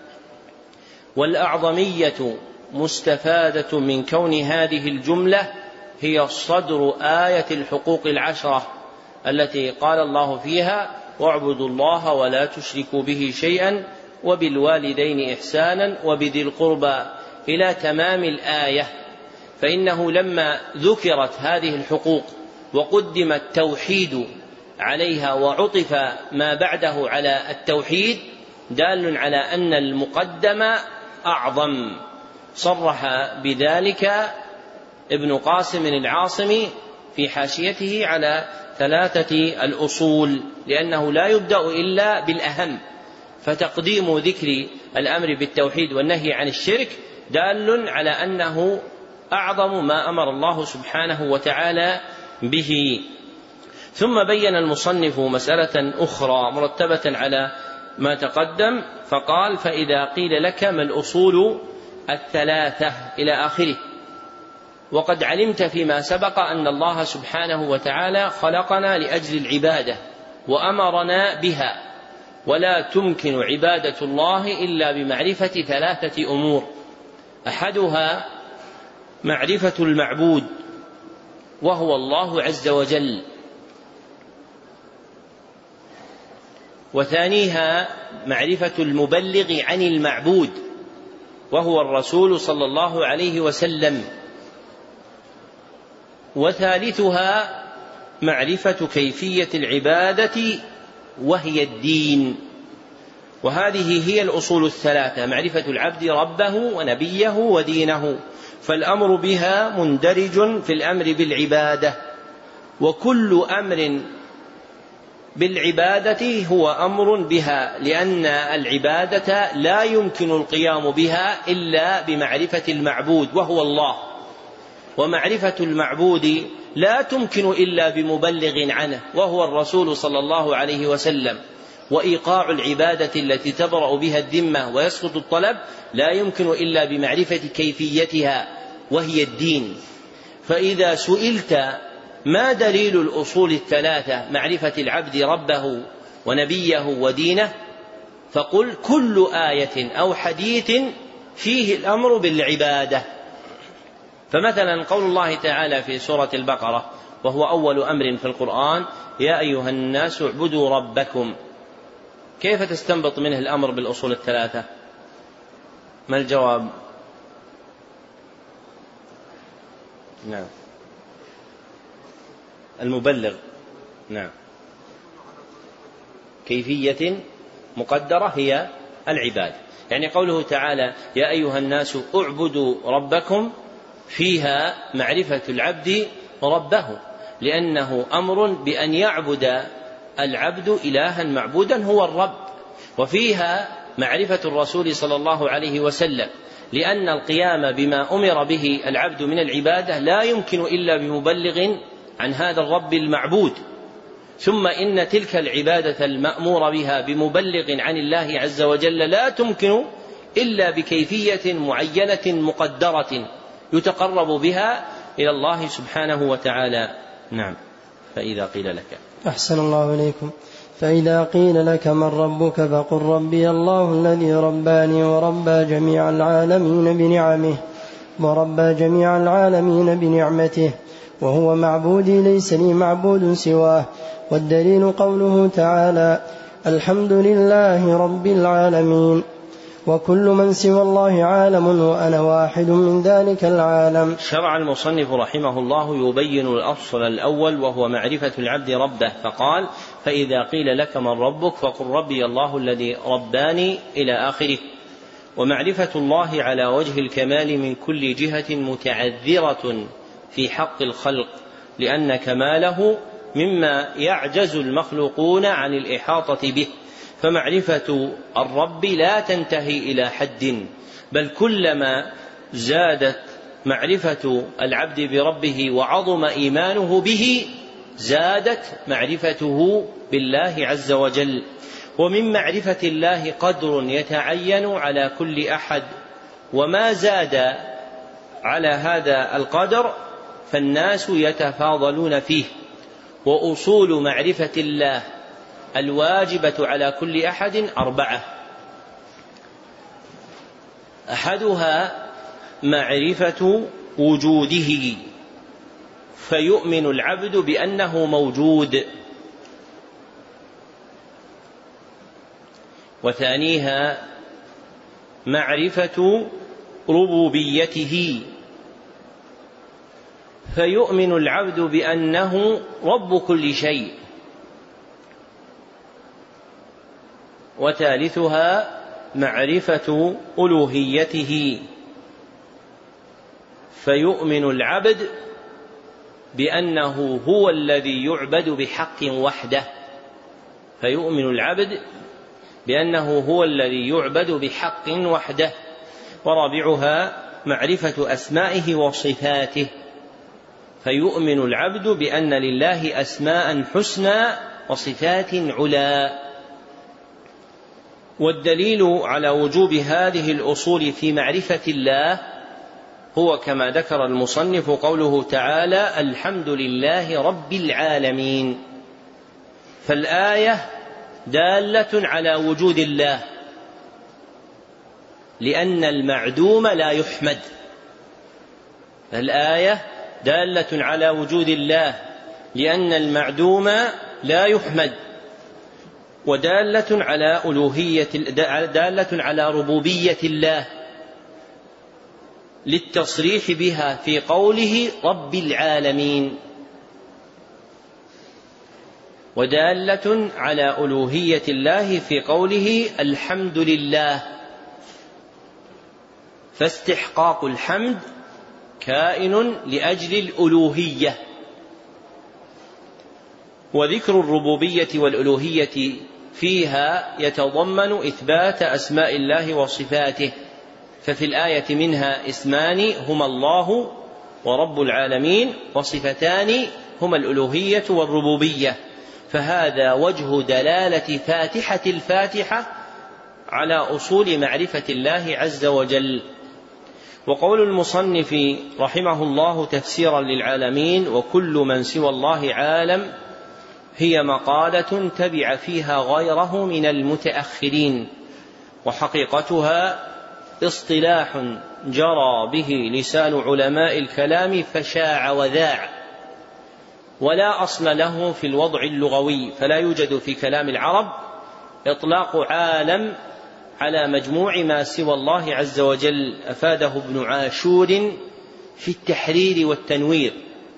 والأعظمية مستفادة من كون هذه الجملة هي صدر آية الحقوق العشرة التي قال الله فيها واعبدوا الله ولا تشركوا به شيئا وبالوالدين إحسانا وبذي القربى إلى تمام الآية. فإنه لما ذكرت هذه الحقوق وقدم التوحيد عليها وعطف ما بعده على التوحيد دال على أن المقدم أعظم. صرح بذلك ابن قاسم العاصمي في حاشيته على 3 الأصول، لأنه لا يبدأ إلا بالأهم، فتقديم ذكر الأمر بالتوحيد والنهي عن الشرك دال على أنه أعظم ما أمر الله سبحانه وتعالى به. ثم بين المصنف مسألة أخرى مرتبة على ما تقدم فقال فإذا قيل لك ما الأصول 3 إلى آخره. وقد علمت فيما سبق أن الله سبحانه وتعالى خلقنا لأجل العبادة وأمرنا بها، ولا تمكن عبادة الله إلا بمعرفة 3 أمور: أحدها معرفة المعبود وهو الله عز وجل، وثانيها معرفة المبلغ عن المعبود وهو الرسول صلى الله عليه وسلم، وثالثها معرفة كيفية العبادة وهي الدين. وهذه هي الأصول 3: معرفة العبد ربه ونبيه ودينه، فالأمر بها مندرج في الأمر بالعبادة، وكل أمر بالعبادة هو أمر بها، لأن العبادة لا يمكن القيام بها إلا بمعرفة المعبود وهو الله، ومعرفة المعبود لا تمكن إلا بمبلغ عنه وهو الرسول صلى الله عليه وسلم، وإيقاع العبادة التي تبرأ بها الذمة ويسقط الطلب لا يمكن إلا بمعرفة كيفيتها وهي الدين. فإذا سئلت ما دليل الأصول 3 معرفة العبد ربه ونبيه ودينه، فقل كل آية أو حديث فيه الأمر بالعبادة. فمثلا قول الله تعالى في سورة البقرة وهو أول أمر في القرآن يا أيها الناس اعبدوا ربكم، كيف تستنبط منه الأمر بالأصول 3؟ ما الجواب؟ نعم، المبلغ. نعم، كيفية مقدرة هي العبادة. يعني قوله تعالى يا أيها الناس اعبدوا ربكم فيها معرفة العبد ربه، لأنه أمر بأن يعبد العبد إلها معبودا هو الرب، وفيها معرفة الرسول صلى الله عليه وسلم، لأن القيام بما أمر به العبد من العبادة لا يمكن إلا بمبلغ عن هذا الرب المعبود. ثم إن تلك العبادة المأمور بها بمبلغ عن الله عز وجل لا تمكن إلا بكيفية معينة مقدرة يتقرب بها إلى الله سبحانه وتعالى. نعم. فإذا قيل لك. أحسن الله إليكم. فإذا قيل لك من ربك فقل ربي الله الذي رباني وربى جميع العالمين بنعمته وهو معبودي ليس لي معبود سواه. والدليل قوله تعالى الحمد لله رب العالمين وكل من سوى الله عالم وأنا واحد من ذلك العالم. شرع المصنف رحمه الله يبين الأصل الأول وهو معرفة العبد ربه، فقال فإذا قيل لك من ربك فقل ربي الله الذي رباني إلى آخره. ومعرفة الله على وجه الكمال من كل جهة متعذرة في حق الخلق، لأن كماله مما يعجز المخلوقون عن الإحاطة به، فمعرفة الرب لا تنتهي إلى حد، بل كلما زادت معرفة العبد بربه وعظم إيمانه به زادت معرفته بالله عز وجل. ومن معرفة الله قدر يتعين على كل أحد، وما زاد على هذا القدر فالناس يتفاضلون فيه. وأصول معرفة الله الواجبة على كل أحد 4: أحدها معرفة وجوده، فيؤمن العبد بأنه موجود. وثانيها معرفة ربوبيته، فيؤمن العبد بأنه رب كل شيء. وثالثها معرفة ألوهيته، فيؤمن العبد بأنه هو الذي يعبد بحق وحده. فيؤمن العبد بأنه هو الذي يعبد بحق وحده. ورابعها معرفة أسمائه وصفاته، فيؤمن العبد بأن لله أسماء حسنى وصفات علا. والدليل على وجوب هذه الأصول في معرفة الله هو كما ذكر المصنف قوله تعالى الحمد لله رب العالمين. فالآية دالة على وجود الله، لأن المعدوم لا يحمد. الآية دالة على وجود الله لأن المعدوم لا يحمد، ودالة على دالة على ربوبية الله للتصريح بها في قوله رب العالمين، ودالة على ألوهية الله في قوله الحمد لله. فاستحقاق الحمد كائن لأجل الألوهية. وذكر الربوبية والألوهية فيها يتضمن إثبات أسماء الله وصفاته، ففي الآية منها اسمان هما الله ورب العالمين، وصفتان هما الألوهية والربوبية. فهذا وجه دلالة فاتحة الفاتحة على أصول معرفة الله عز وجل. وقول المصنف رحمه الله تفسيرا للعالمين وكل من سوى الله عالم هي مقالة تبع فيها غيره من المتأخرين، وحقيقتها اصطلاح جرى به لسان علماء الكلام فشاع وذاع، ولا أصل له في الوضع اللغوي، فلا يوجد في كلام العرب إطلاق عالم على مجموع ما سوى الله عز وجل. أفاده ابن عاشور في التحرير والتنوير.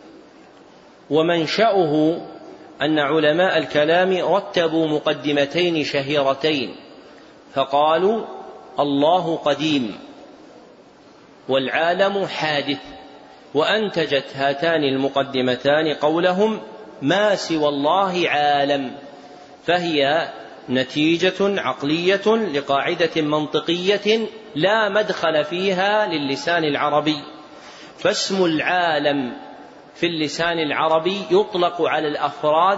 ومنشأه أن علماء الكلام رتبوا مقدمتين شهيرتين، فقالوا الله قديم والعالم حادث، وأنتجت هاتان المقدمتان قولهم ما سوى الله عالم، فهي نتيجة عقلية لقاعدة منطقية لا مدخل فيها للسان العربي. فاسم العالم في اللسان العربي يطلق على الأفراد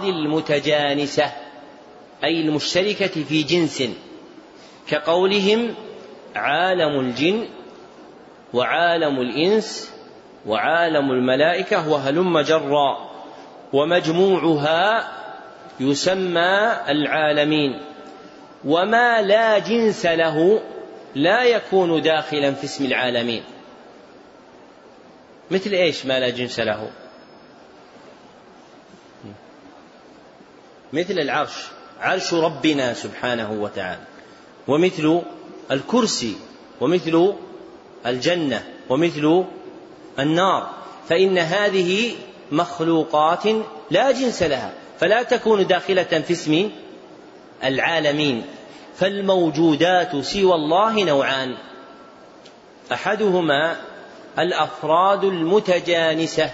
المتجانسة، أي المشتركة في جنس، كقولهم عالم الجن وعالم الإنس وعالم الملائكة وهلم جرا، ومجموعها يسمى العالمين. وما لا جنس له لا يكون داخلا في اسم العالمين. مثل إيش ما لا جنس له؟ مثل العرش، عرش ربنا سبحانه وتعالى، ومثل الكرسي، ومثل الجنة، ومثل النار، فإن هذه مخلوقات لا جنس لها، فلا تكون داخلة في اسم العالمين. فالموجودات سوى الله نوعان: أحدهما الأفراد المتجانسة،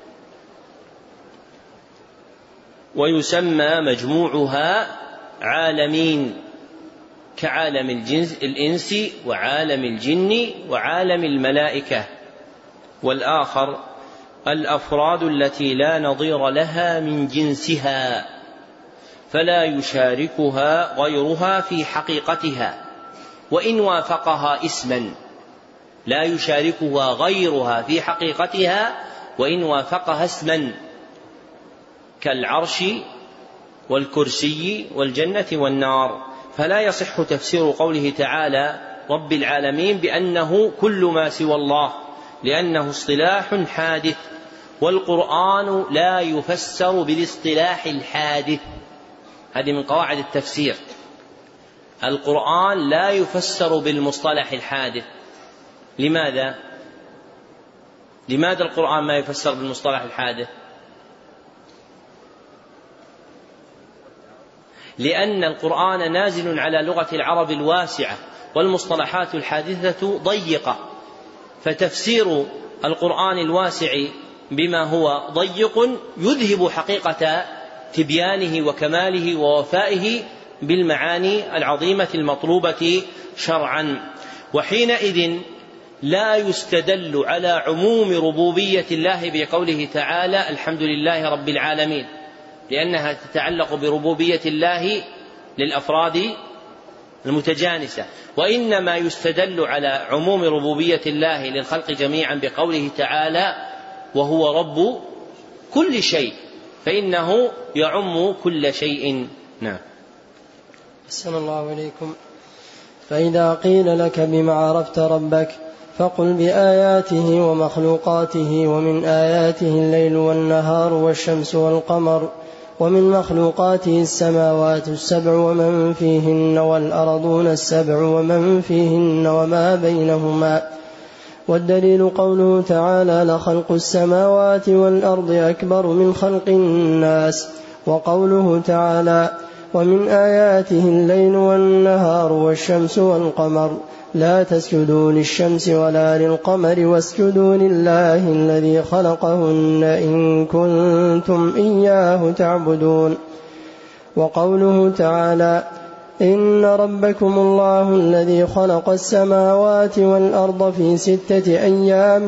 ويسمى مجموعها عالمين، كعالم الإنس وعالم الجن وعالم الملائكة. والآخر الأفراد التي لا نظير لها من جنسها، فلا يشاركها غيرها في حقيقتها، وإن وافقها اسما، لا يشاركها غيرها في حقيقتها وإن وافقها اسما، كالعرش والكرسي والجنة والنار. فلا يصح تفسير قوله تعالى رب العالمين بأنه كل ما سوى الله، لأنه اصطلاح حادث، والقرآن لا يفسر بالاصطلاح الحادث. هذه من قواعد التفسير، القرآن لا يفسر بالمصطلح الحادث. لماذا القرآن ما يفسر بالمصطلح الحادث؟ لأن القرآن نازل على لغة العرب الواسعة، والمصطلحات الحادثة ضيقة، فتفسير القرآن الواسع بما هو ضيق يذهب حقيقة تبيانه وكماله ووفائه بالمعاني العظيمة المطلوبة شرعا. وحينئذ لا يستدل على عموم ربوبية الله بقوله تعالى الحمد لله رب العالمين، لأنها تتعلق بربوبية الله للأفراد المتجانسة، وإنما يستدل على عموم ربوبية الله للخلق جميعا بقوله تعالى وهو رب كل شيء، فإنه يعم كل شيء. نعم. أحسن الله إليكم. فإذا قيل لك بما عرفت ربك فقل بآياته ومخلوقاته، ومن آياته الليل والنهار والشمس والقمر، ومن مخلوقاته السماوات السبع ومن فيهن والأرضون السبع ومن فيهن وما بينهما. والدليل قوله تعالى لخلق السماوات والأرض أكبر من خلق الناس، وقوله تعالى ومن آياته الليل والنهار والشمس والقمر لا تسجدوا للشمس ولا للقمر واسجدوا لله الذي خلقهن إن كنتم إياه تعبدون. وقوله تعالى إن ربكم الله الذي خلق السماوات والأرض في 6 أيام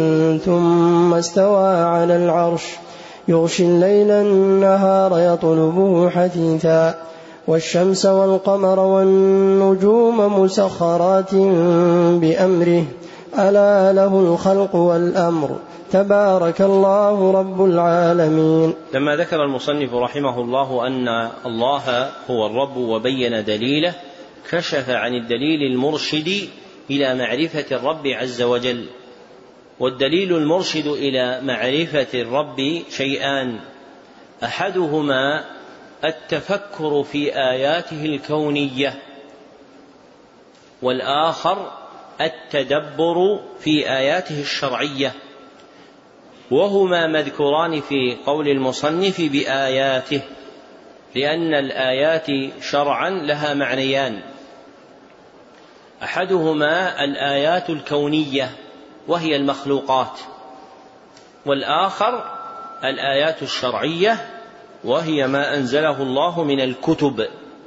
ثم استوى على العرش يغشي الليل النهار يطلبه حثيثا، والشمس والقمر والنجوم مسخرات بأمره ألا له الخلق والأمر تبارك الله رب العالمين. لما ذكر المصنف رحمه الله أن الله هو الرب وبين دليله، كشف عن الدليل المرشد إلى معرفة الرب عز وجل. والدليل المرشد إلى معرفة الرب شيئان: أحدهما التفكر في آياته الكونية، والآخر التدبر في آياته الشرعية، وهما مذكوران في قول المصنف بآياته، لأن الآيات شرعا لها معنيان: أحدهما الآيات الكونية وهي المخلوقات، والآخر الآيات الشرعية وهي ما أنزله الله من الكتب.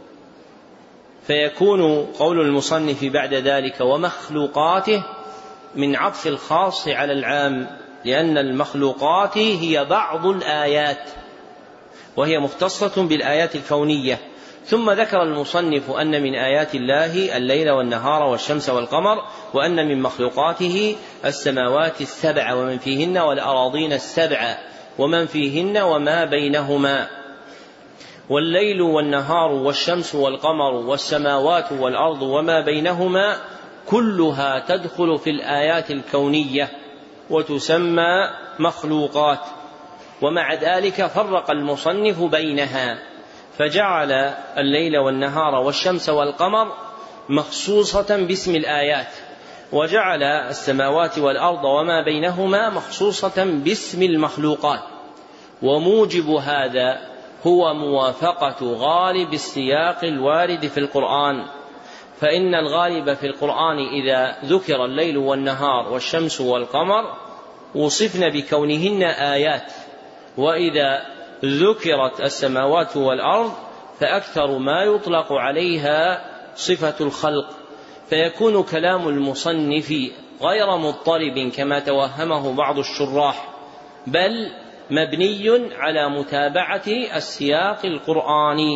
فيكون قول المصنف بعد ذلك ومخلوقاته من عطف الخاص على العام، لأن المخلوقات هي بعض الآيات وهي مختصة بالآيات الكونية، ثم ذكر المصنف أن من آيات الله الليل والنهار والشمس والقمر، وأن من مخلوقاته السماوات السبع ومن فيهن والأراضين السبع ومن فيهن وما بينهما، والليل والنهار والشمس والقمر والسماوات والأرض وما بينهما كلها تدخل في الآيات الكونية وتسمى مخلوقات. ومع ذلك فرق المصنف بينها فجعل الليل والنهار والشمس والقمر مخصوصة باسم الآيات، وجعل السماوات والأرض وما بينهما مخصوصة باسم المخلوقات. وموجب هذا هو موافقة غالب السياق الوارد في القرآن، فإن الغالب في القرآن إذا ذكر الليل والنهار والشمس والقمر وصفن بكونهن آيات، وإذا ذكرت السماوات والأرض فأكثر ما يطلق عليها صفة الخلق، فيكون كلام المصنف غير مضطرب كما توهمه بعض الشراح، بل مبني على متابعة السياق القرآني.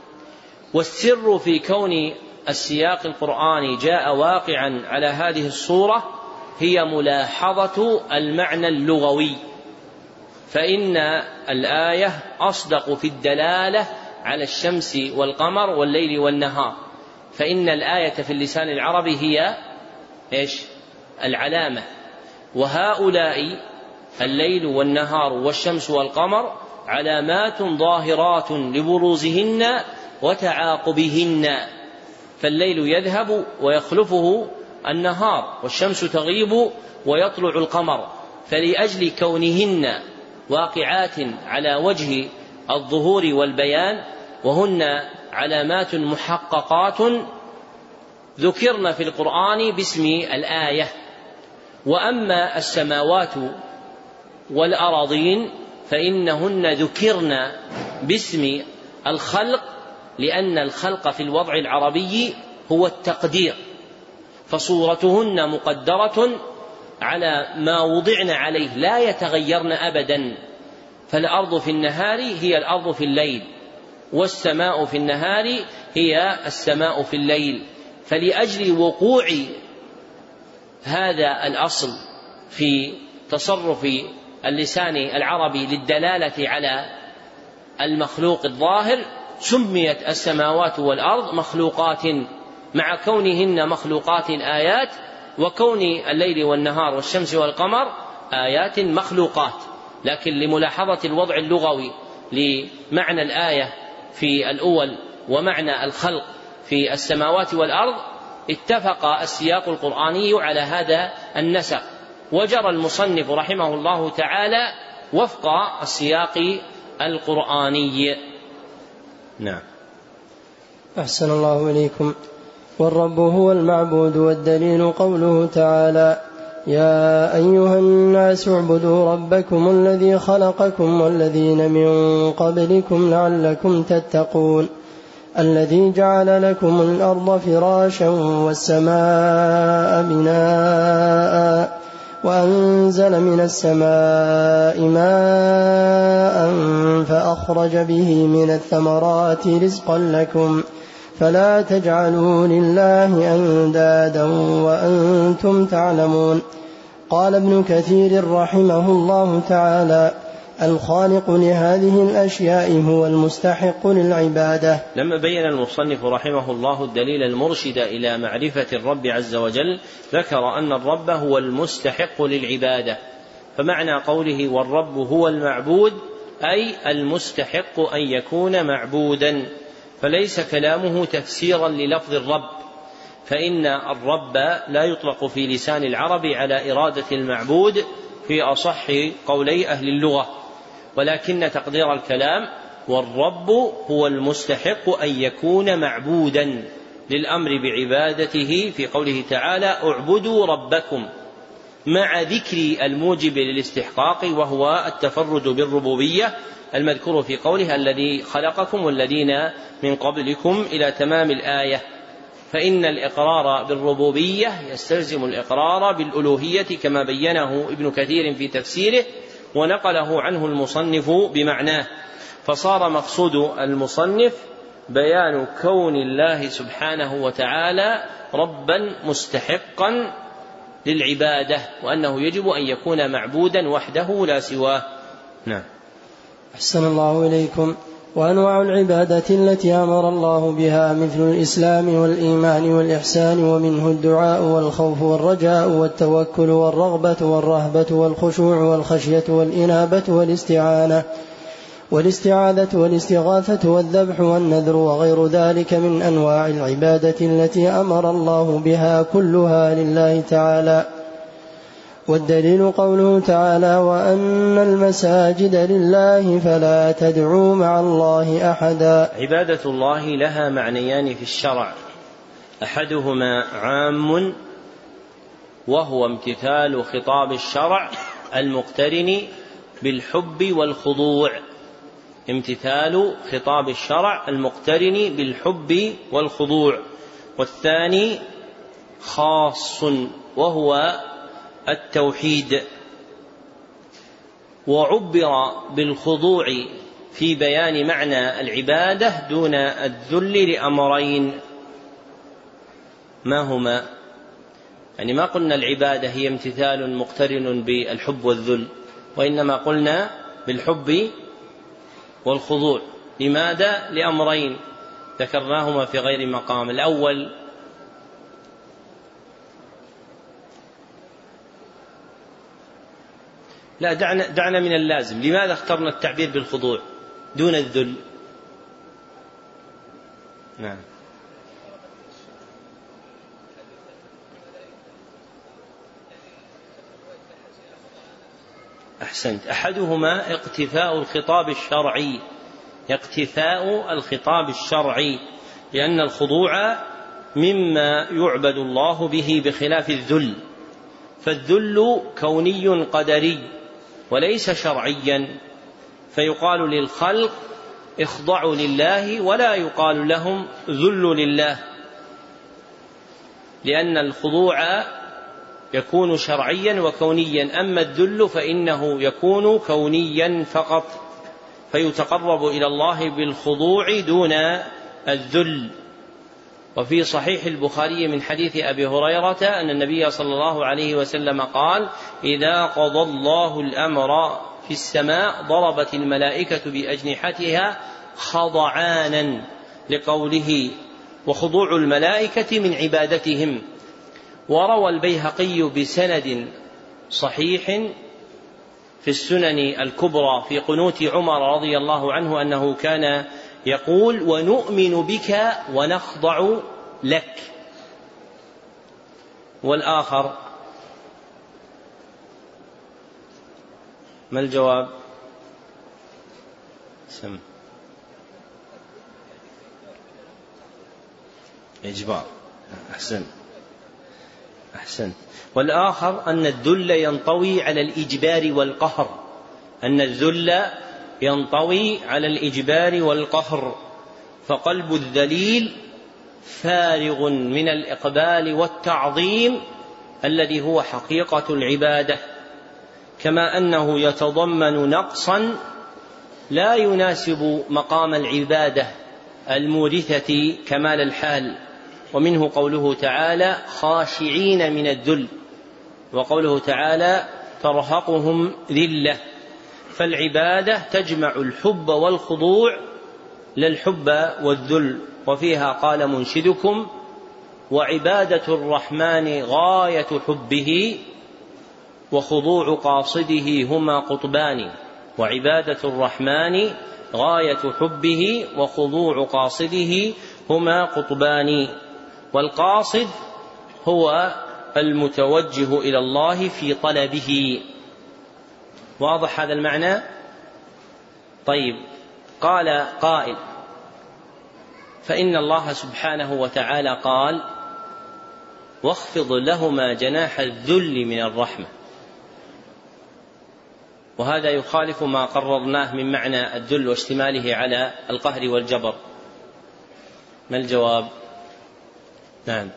والسر في كون السياق القرآني جاء واقعا على هذه الصورة هي ملاحظة المعنى اللغوي، فإن الآية أصدق في الدلالة على الشمس والقمر والليل والنهار، فإن الآية في اللسان العربي هي العلامة، وهؤلاء الليل والنهار والشمس والقمر علامات ظاهرات لبروزهن وتعاقبهن، فالليل يذهب ويخلفه النهار، والشمس تغيب ويطلع القمر، فلأجل كونهن واقعات على وجه الظهور والبيان وهن علامات محققات ذكرن في القرآن باسم الآية. وأما السماوات والأراضين فإنهن ذكرن باسم الخلق، لأن الخلق في الوضع العربي هو التقدير، فصورتهن مقدرة على ما وضعن عليه لا يتغيرن أبدا، فالأرض في النهار هي الأرض في الليل، والسماء في النهار هي السماء في الليل، فلأجل وقوع هذا الأصل في تصرف اللسان العربي للدلالة على المخلوق الظاهر سميت السماوات والأرض مخلوقات، مع كونهن مخلوقات آيات، وكون الليل والنهار والشمس والقمر آيات مخلوقات. لكن لملاحظة الوضع اللغوي لمعنى الآية في الأول ومعنى الخلق في السماوات والأرض اتفق السياق القرآني على هذا النسق، وجرى المصنف رحمه الله تعالى وفق السياق القرآني. نعم. أحسن الله إليكم. والرب هو المعبود، والدليل قوله تعالى: يا أيها الناس اعبدوا ربكم الذي خلقكم والذين من قبلكم لعلكم تتقون، الذي جعل لكم الأرض فراشا والسماء بناء وأنزل من السماء ماء فأخرج به من الثمرات رزقا لكم فلا تجعلوا لله أندادا وأنتم تعلمون. قال ابن كثير رحمه الله تعالى: الخالق لهذه الأشياء هو المستحق للعبادة. لما بين المصنف رحمه الله الدليل المرشد إلى معرفة الرب عز وجل ذكر أن الرب هو المستحق للعبادة، فمعنى قوله والرب هو المعبود أي المستحق أن يكون معبودا، فليس كلامه تفسيرا للفظ الرب، فإن الرب لا يطلق في لسان العرب على إرادة المعبود في أصح قولي أهل اللغة، ولكن تقدير الكلام والرب هو المستحق أن يكون معبودا للأمر بعبادته في قوله تعالى: اعبدوا ربكم، مع ذكر الموجب للاستحقاق وهو التفرد بالربوبية المذكور في قوله: الذي خلقكم والذين من قبلكم إلى تمام الآية، فإن الإقرار بالربوبية يستلزم الإقرار بالألوهية كما بينه ابن كثير في تفسيره ونقله عنه المصنف بمعناه، فصار مقصود المصنف بيان كون الله سبحانه وتعالى ربا مستحقا للعبادة، وأنه يجب أن يكون معبودا وحده لا سواه. نعم. أحسن الله إليكم. وأنواع العبادة التي أمر الله بها مثل الإسلام والإيمان والإحسان، ومنه الدعاء والخوف والرجاء والتوكل والرغبة والرهبة والخشوع والخشية والإنابة والاستعاذة والاستغاثة والذبح والنذر وغير ذلك من أنواع العبادة التي أمر الله بها كلها لله تعالى. والدليل قوله تعالى: وأن المساجد لله فلا تدعوا مع الله أحدا. عبادة الله لها معنيان في الشرع، أحدهما عام وهو امتثال خطاب الشرع المقترن بالحب والخضوع، امتثال خطاب الشرع المقترن بالحب والخضوع. والثاني خاص وهو التوحيد، وعبر بالخضوع في بيان معنى العبادة دون الذل لأمرين. ما هما؟ يعني ما قلنا العبادة هي امتثال مقترن بالحب والذل، وإنما قلنا بالحب والخضوع. لماذا؟ لأمرين ذكرناهما في غير مقام. الأول لا دعنا من اللازم. لماذا اخترنا التعبير بالخضوع دون الذل؟ نعم. أحسنت. أحدهما اقتفاء الخطاب الشرعي، لأن الخضوع مما يعبد الله به بخلاف الذل، فالذل كوني قدري وليس شرعيا، فيقال للخلق اخضعوا لله ولا يقال لهم ذلوا لله، لأن الخضوع يكون شرعيا وكونيا، أما الذل فإنه يكون كونيا فقط، فيتقرب إلى الله بالخضوع دون الذل. وفي صحيح البخاري من حديث أبي هريرة أن النبي صلى الله عليه وسلم قال: إذا قضى الله الأمر في السماء ضربت الملائكة بأجنحتها خضعانا، لقوله: وخضوع الملائكة من عبادتهم. وروى البيهقي بسند صحيح في السنن الكبرى في قنوت عمر رضي الله عنه أنه كان يقول: ونؤمن بك ونخضع لك. والآخر ما الجواب؟ سم إجبار. أحسن. والآخر أن الذل ينطوي على الإجبار والقهر، فقلب الذليل فارغ من الإقبال والتعظيم الذي هو حقيقة العبادة، كما أنه يتضمن نقصا لا يناسب مقام العبادة المورثة كمال الحال. ومنه قوله تعالى: خاشعين من الذل، وقوله تعالى: ترهقهم ذلة. فالعبادة تجمع الحب والخضوع لا الحب والذل. وفيها قال منشدكم: وعبادة الرحمن غاية حبه وخضوع قاصده هما قطبان. وعبادة الرحمن غاية حبه وخضوع قاصده هما قطبان. والقاصد هو المتوجه إلى الله في طلبه. واضح هذا المعنى؟ طيب، قال قائل: فإن الله سبحانه وتعالى قال: واخفض لهما جناح الذل من الرحمة، وهذا يخالف ما قررناه من معنى الذل واشتماله على القهر والجبر. ما الجواب؟ نعم.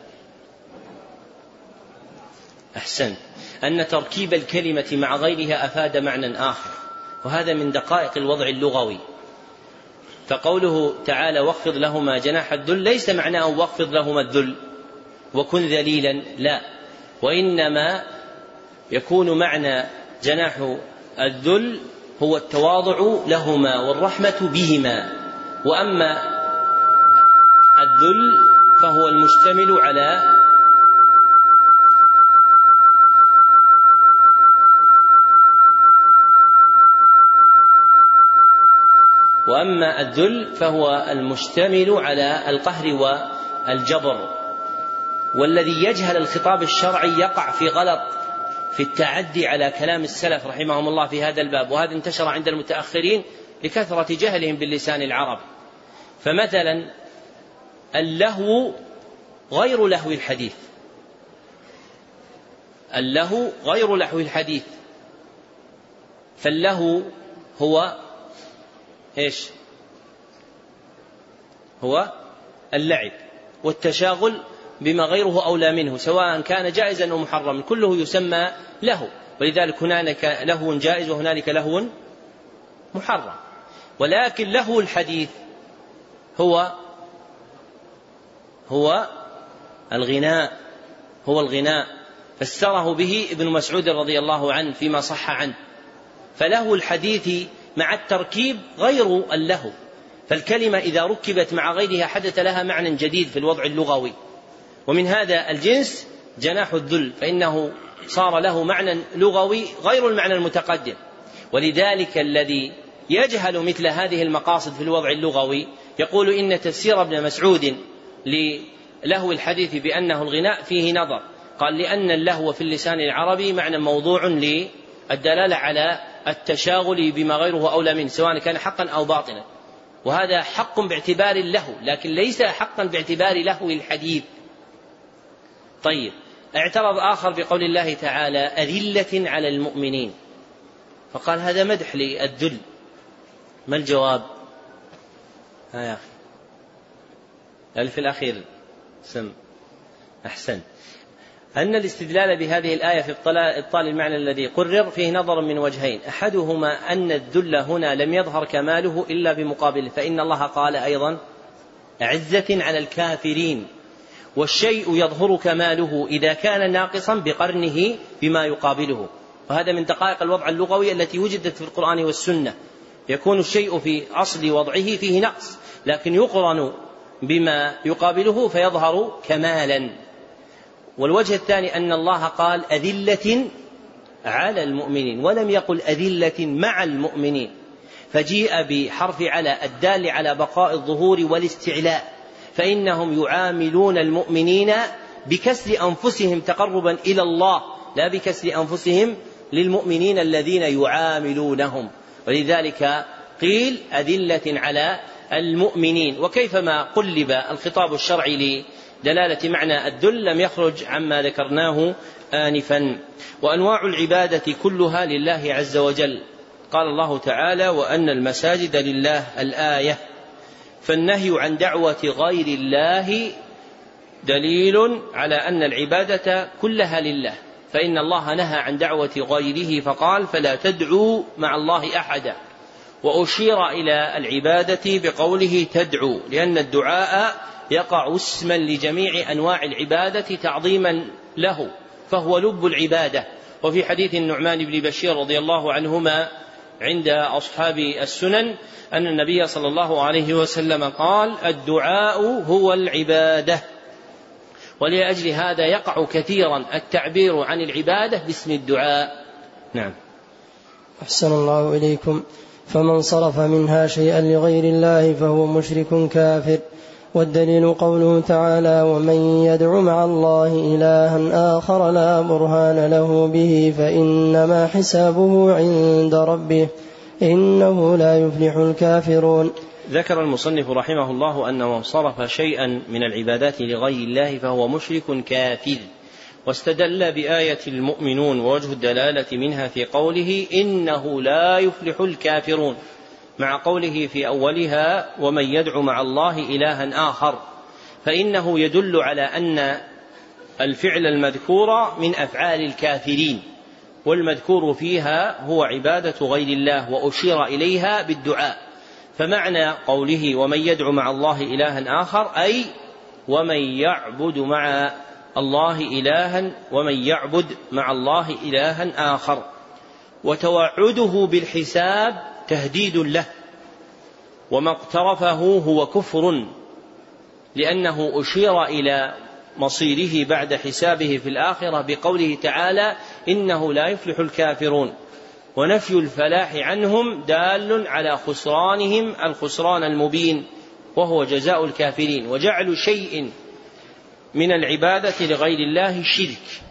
أحسنت. أن تركيب الكلمة مع غيرها أفاد معنى آخر، وهذا من دقائق الوضع اللغوي. فقوله تعالى واخفض لهما جناح الذل ليس معناه واخفض لهما الذل وكن ذليلا، لا، وإنما يكون معنى جناح الذل هو التواضع لهما والرحمة بهما. وأما الذل فهو المشتمل على القهر والجبر. والذي يجهل الخطاب الشرعي يقع في غلط في التعدي على كلام السلف رحمهم الله في هذا الباب، وهذا انتشر عند المتأخرين لكثرة جهلهم باللسان العربي. فمثلا اللهو غير لهو الحديث، اللهو غير لهو الحديث، فاللهو هو ايش؟ هو اللعب والتشاغل بما غيره أولى منه، سواء كان جائزا أو محرما، كله يسمى لهو. ولذلك هنالك لهو جائز وهنالك لهو محرم. ولكن لهو الحديث هو الغناء، فسره به ابن مسعود رضي الله عنه فيما صح عنه. فلهو الحديث مع التركيب غير اللهو، فالكلمة إذا ركبت مع غيرها حدث لها معنى جديد في الوضع اللغوي. ومن هذا الجنس جناح الذل، فإنه صار له معنى لغوي غير المعنى المتقدم. ولذلك الذي يجهل مثل هذه المقاصد في الوضع اللغوي يقول إن تفسير ابن مسعود للهو الحديث بأنه الغناء فيه نظر. قال لأن اللهو في اللسان العربي معنى موضوع للدلالة على التشاغل بما غيره أولى منه، سواء كان حقا أو باطلا، وهذا حق باعتبار اللهو، لكن ليس حقا باعتبار لهو الحديث. طيب، اعترض آخر بقول الله تعالى أذلة على المؤمنين، فقال هذا مدح للذل. ما الجواب؟ يا أخي الألف الأخير سم أحسن. أن الاستدلال بهذه الآية في إبطال المعنى الذي قرر فيه نظر من وجهين، أحدهما أن الذل هنا لم يظهر كماله إلا بمقابله، فإن الله قال أيضا أعزة على الكافرين، والشيء يظهر كماله إذا كان ناقصا بقرنه بما يقابله. وهذا من دقائق الوضع اللغوي التي وجدت في القرآن والسنة، يكون الشيء في أصل وضعه فيه نقص، لكن يقرن بما يقابله فيظهر كمالا. والوجه الثاني أن الله قال أذلة على المؤمنين، ولم يقل أذلة مع المؤمنين، فجيء بحرف على الدال على بقاء الظهور والاستعلاء، فإنهم يعاملون المؤمنين بكسر أنفسهم تقربا إلى الله، لا بكسر أنفسهم للمؤمنين الذين يعاملونهم. ولذلك قيل أذلة على المؤمنين. وكيفما قلب الخطاب الشرعي لدلالة معنى الذل لم يخرج عما ذكرناه آنفا. وأنواع العبادة كلها لله عز وجل. قال الله تعالى وأن المساجد لله الآية. فالنهي عن دعوة غير الله دليل على أن العبادة كلها لله، فإن الله نهى عن دعوة غيره فقال فلا تدعوا مع الله أحدا. وأشير إلى العبادة بقوله تدعو، لأن الدعاء يقع اسما لجميع أنواع العبادة تعظيما له، فهو لب العبادة. وفي حديث النعمان بن بشير رضي الله عنهما عند أصحاب السنن أن النبي صلى الله عليه وسلم قال الدعاء هو العبادة. ولأجل هذا يقع كثيرا التعبير عن العبادة باسم الدعاء. نعم. أحسن الله إليكم. فمن صرف منها شيئا لغير الله فهو مشرك كافر. والدليل قوله تعالى ومن يدع مع الله إلها آخر لا برهان له به فإنما حسابه عند ربه إنه لا يفلح الكافرون. ذكر المصنف رحمه الله أن من صرف شيئا من العبادات لغير الله فهو مشرك كافر، واستدل بآية المؤمنون، ووجه الدلالة منها في قوله إنه لا يفلح الكافرون، مع قوله في أولها ومن يدع مع الله إلها آخر، فإنه يدل على أن الفعل المذكور من أفعال الكافرين، والمذكور فيها هو عبادة غير الله، وأشير إليها بالدعاء، فمعنى قوله ومن يدعو مع الله إلها آخر أي ومن يعبد مع الله إلها آخر. وتوعده بالحساب تهديد له، وما اقترفه هو كفر، لأنه أشير إلى مصيره بعد حسابه في الآخرة بقوله تعالى إنه لا يفلح الكافرون، ونفي الفلاح عنهم دال على خسرانهم الخسران المبين وهو جزاء الكافرين. وجعل شيء من العبادة لغير الله شرك،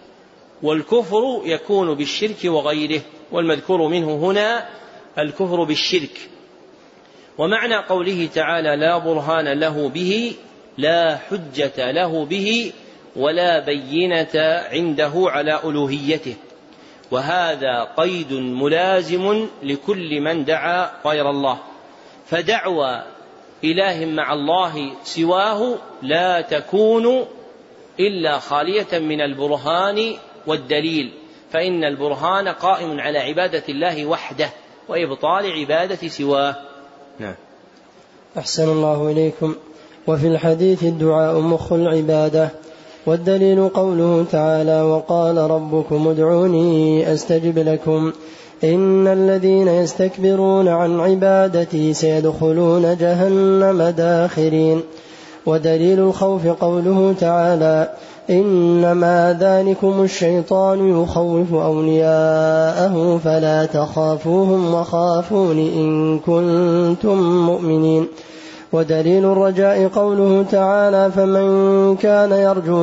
والكفر يكون بالشرك وغيره، والمذكور منه هنا الكفر بالشرك. ومعنى قوله تعالى لا برهان له به لا حجة له به ولا بينة عنده على ألوهيته، وهذا قيد ملازم لكل من دعا غير الله، فدعوى إله مع الله سواه لا تكون إلا خالية من البرهان والدليل، فإن البرهان قائم على عبادة الله وحده وإبطال عبادة سواه. نعم. أحسن الله إليكم. وفي الحديث الدعاء مخ العبادة، والدليل قوله تعالى وقال ربكم ادعوني أستجب لكم إن الذين يستكبرون عن عبادتي سيدخلون جهنم داخرين. ودليل الخوف قوله تعالى إنما ذلكم الشيطان يخوف أولياءه فلا تخافوهم وخافون إن كنتم مؤمنين. ودليل الرجاء قوله تعالى فمن كان يرجو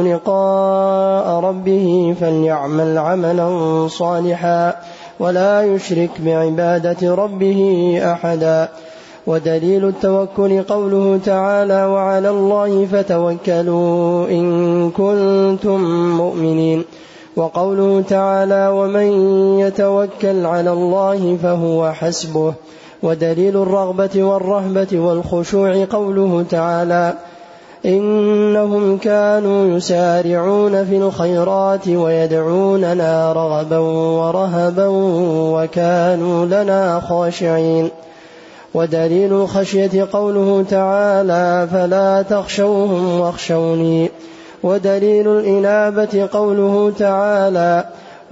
لقاء ربه فليعمل عملا صالحا ولا يشرك بعبادة ربه أحدا. ودليل التوكل قوله تعالى وعلى الله فتوكلوا إن كنتم مؤمنين. وقوله تعالى ومن يتوكل على الله فهو حسبه. ودليل الرغبة والرهبة والخشوع قوله تعالى إنهم كانوا يسارعون في الخيرات ويدعوننا رغبا ورهبا وكانوا لنا خاشعين. ودليل الخشية قوله تعالى فلا تخشوهم واخشوني. ودليل الإنابة قوله تعالى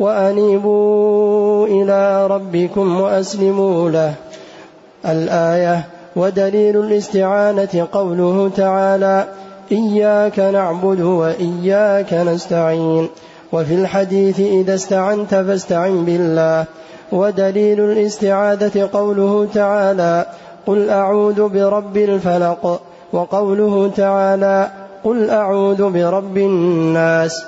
وأنيبوا إلى ربكم وأسلموا له الآية. ودليل الاستعانة قوله تعالى إياك نعبد وإياك نستعين. وفي الحديث إذا استعنت فاستعن بالله. ودليل الاستعاذة قوله تعالى قل أعوذ برب الفلق. وقوله تعالى قل أعوذ برب الناس.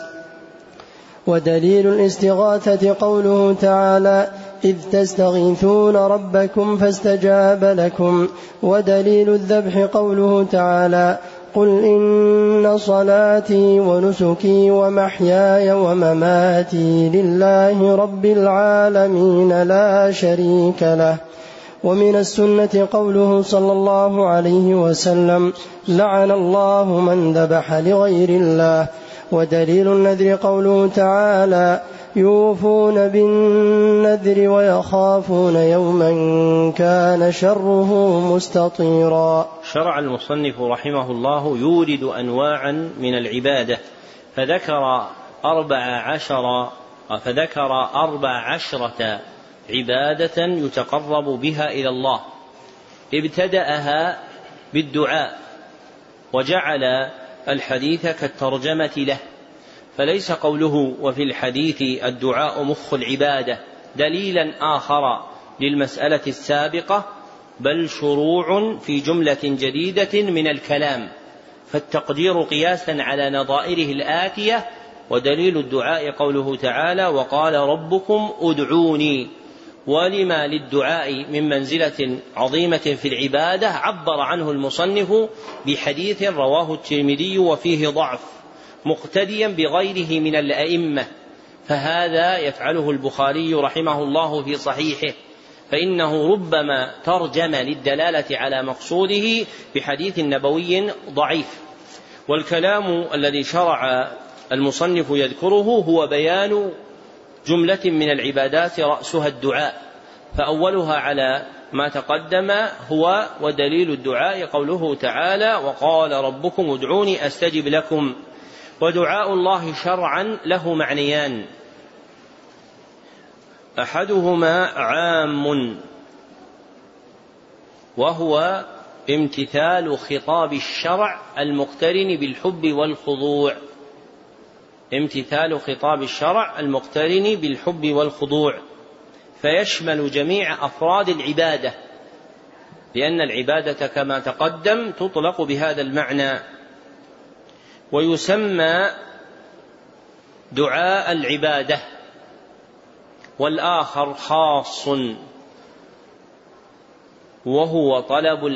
ودليل الاستغاثة قوله تعالى إذ تستغيثون ربكم فاستجاب لكم. ودليل الذبح قوله تعالى قل إن صلاتي ونسكي ومحياي ومماتي لله رب العالمين لا شريك له. ومن السنة قوله صلى الله عليه وسلم لعن الله من ذبح لغير الله. ودليل النذر قوله تعالى يوفون بالنذر ويخافون يوما كان شره مستطيرا. شرع المصنف رحمه الله يورد أنواعا من العبادة، فذكر 14 عبادة يتقرب بها إلى الله. ابتدأها بالدعاء وجعل الحديث كالترجمة له، فليس قوله وفي الحديث الدعاء مخ العبادة دليلا آخر للمسألة السابقة، بل شروع في جملة جديدة من الكلام، فالتقدير قياسا على نظائره الآتية. ودليل الدعاء قوله تعالى وقال ربكم ادعوني. ولما للدعاء من منزلة عظيمة في العبادة عبر عنه المصنف بحديث رواه الترمذي وفيه ضعف مقتديا بغيره من الأئمة، فهذا يفعله البخاري رحمه الله في صحيحه، فإنه ربما ترجم للدلالة على مقصوده بحديث نبوي ضعيف. والكلام الذي شرع المصنف يذكره هو بيان جملة من العبادات رأسها الدعاء، فأولها على ما تقدم هو ودليل الدعاء قوله تعالى: وقال ربكم ادعوني أستجب لكم. ودعاء الله شرعا له معنيان: أحدهما عام وهو امتثال خطاب الشرع المقترن بالحب والخضوع، امتثال خطاب الشرع المقترن بالحب والخضوع، فيشمل جميع أفراد العبادة، لأن العبادة كما تقدم تطلق بهذا المعنى. ويسمى دعاء العبادة. والآخر خاص وهو طلب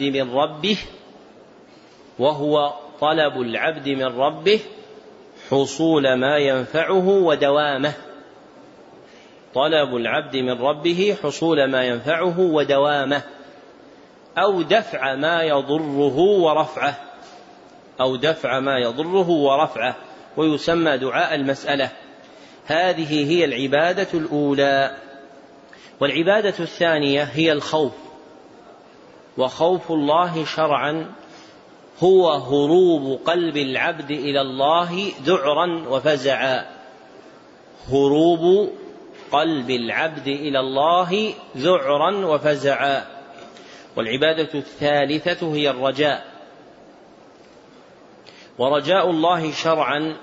العبد من ربه حصول ما ينفعه ودوامه، طلب العبد من ربه حصول ما ينفعه ودوامه، أو دفع ما يضره ورفعه، ويسمى دعاء المسألة. هذه هي العبادة الأولى. والعبادة الثانية هي الخوف. وخوف الله شرعا هو هروب قلب العبد إلى الله ذعرا وفزعا، هروب قلب العبد إلى الله ذعرا وفزعا. والعبادة الثالثة هي الرجاء. ورجاء الله شرعا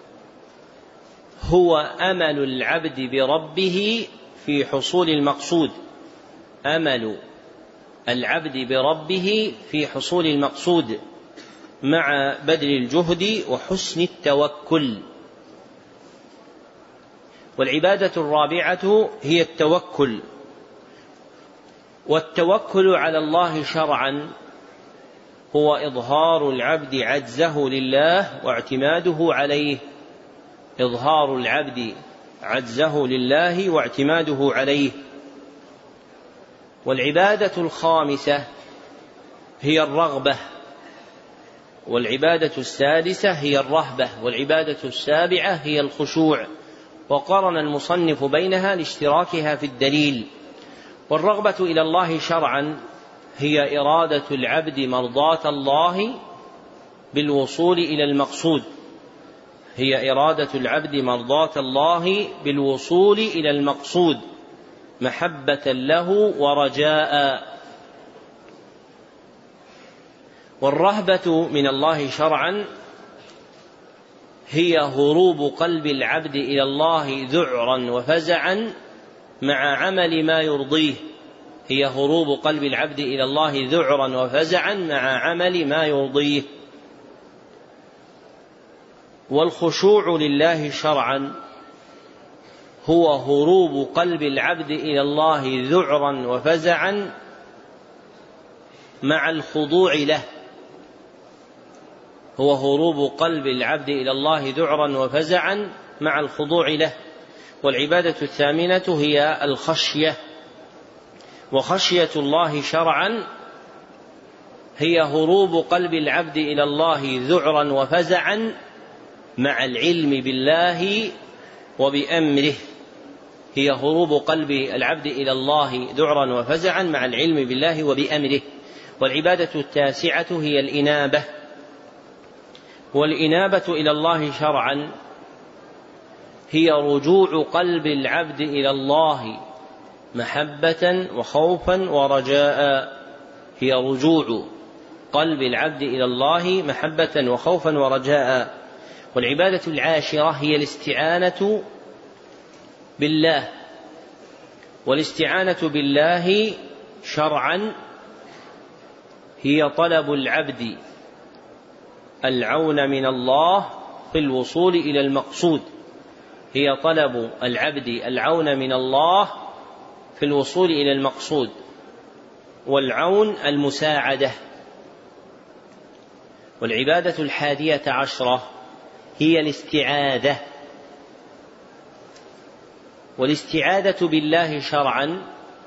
هو أمل العبد بربه في حصول المقصود، أمل العبد بربه في حصول المقصود مع بذل الجهد وحسن التوكل. والعبادة الرابعة هي التوكل. والتوكل على الله شرعا هو إظهار العبد عجزه لله واعتماده عليه، إظهار العبد عجزه لله واعتماده عليه. والعبادة الخامسة هي الرغبة. والعبادة السادسة هي الرهبة. والعبادة السابعة هي الخشوع. وقرن المصنف بينها لاشتراكها في الدليل. والرغبة إلى الله شرعا هي إرادة العبد مرضاة الله بالوصول إلى المقصود، هي إرادة العبد مرضاة الله بالوصول إلى المقصود محبة له ورجاء. والرهبة من الله شرعا هي هروب قلب العبد إلى الله ذعرا وفزعا مع عمل ما يرضيه، هي هروب قلب العبد إلى الله ذعرا وفزعا مع عمل ما يرضيه. والخشوع لله شرعا هو هروب قلب العبد إلى الله ذعرا وفزعا مع الخضوع له، هو هروب قلب العبد إلى الله ذعرا وفزعا مع الخضوع له. والعبادة الثامنة هي الخشية. وخشية الله شرعا هي هروب قلب العبد إلى الله ذعرا وفزعا مع العلم بالله وبأمره، هي هروب قلب العبد إلى الله ذعرا وفزعا مع العلم بالله وبأمره. والعبادة التاسعة هي الإنابة. والإنابة إلى الله شرعا هي رجوع قلب العبد إلى الله محبة وخوفا ورجاء، هي رجوع قلب العبد إلى الله محبة وخوفا ورجاء. والعبادة العاشرة هي الاستعانة بالله. والاستعانة بالله شرعا هي طلب العبد العون من الله في الوصول إلى المقصود، هي طلب العبد العون من الله في الوصول إلى المقصود. والعون المساعدة. والعبادة الحادية عشرة هي الاستعاذة. والاستعاذة بالله شرعا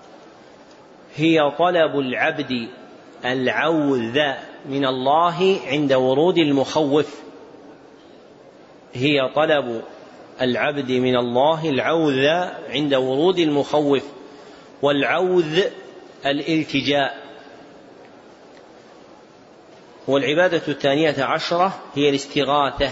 هي طلب العبد العوذ من الله عند ورود المخوف، هي طلب العبد من الله العوذ عند ورود المخوف. والعوذ الالتجاء. والعبادة 12 هي الاستغاثة.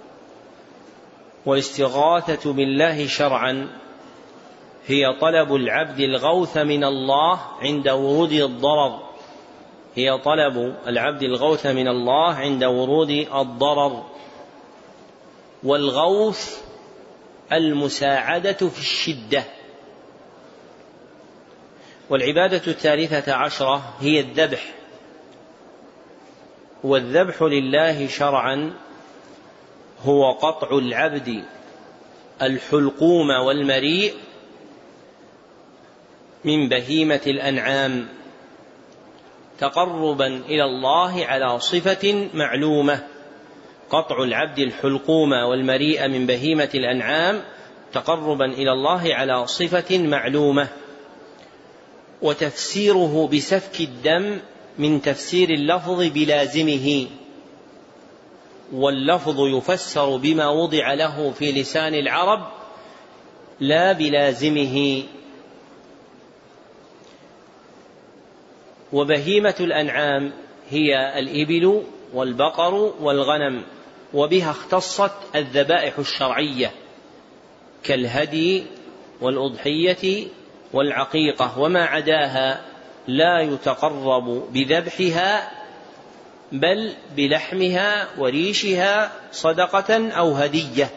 والاستغاثة بالله شرعا هي طلب العبد الغوث من الله عند ورود الضرر. هي طلب العبد الغوث من الله عند ورود الضرر. والغوث المساعدة في الشدة. والعبادة 13 هي الذبح. والذبح لله شرعا هو قطع العبد الحلقوم والمريء من بهيمة الأنعام تقربا إلى الله على صفة معلومة. قطع العبد الحلقوم والمريء من بهيمة الأنعام تقربا إلى الله على صفة معلومة. وتفسيره بسفك الدم من تفسير اللفظ بلازمه. واللفظ يفسر بما وضع له في لسان العرب لا بلازمه. وبهيمة الأنعام هي الإبل والبقر والغنم، وبها اختصت الذبائح الشرعية كالهدي والأضحية والعقيقة، وما عداها لا يتقرب بذبحها بل بلحمها وريشها صدقة أو هدية.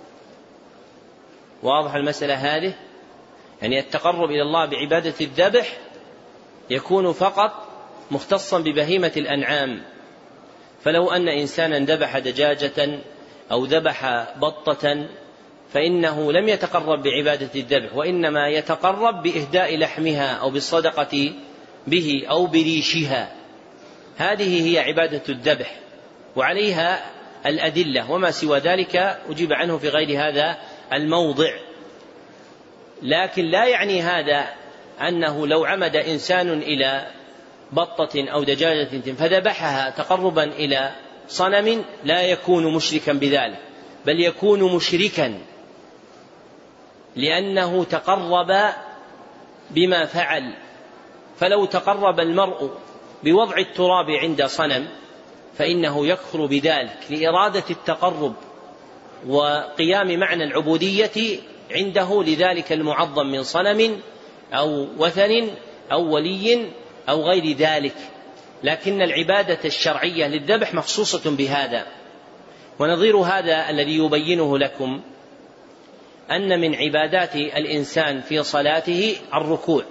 واضح المسألة هذه؟ يعني التقرب إلى الله بعبادة الذبح يكون فقط مختصا ببهيمة الأنعام. فلو أن إنسانا ذبح دجاجة أو ذبح بطة فإنه لم يتقرب بعبادة الذبح، وإنما يتقرب بإهداء لحمها أو بالصدقة به أو بريشها. هذه هي عبادة الذبح وعليها الأدلة، وما سوى ذلك أجيب عنه في غير هذا الموضع. لكن لا يعني هذا أنه لو عمد إنسان إلى بطة أو دجاجة فذبحها تقربا إلى صنم لا يكون مشركا بذلك، بل يكون مشركا لأنه تقرب بما فعل. فلو تقرب المرء بوضع التراب عند صنم فإنه يكفر بذلك لإرادة التقرب وقيام معنى العبودية عنده لذلك المعظم من صنم أو وثن أو ولي أو غير ذلك. لكن العبادة الشرعية للذبح مخصوصة بهذا. ونظير هذا الذي يبينه لكم أن من عبادات الإنسان في صلاته الركوع.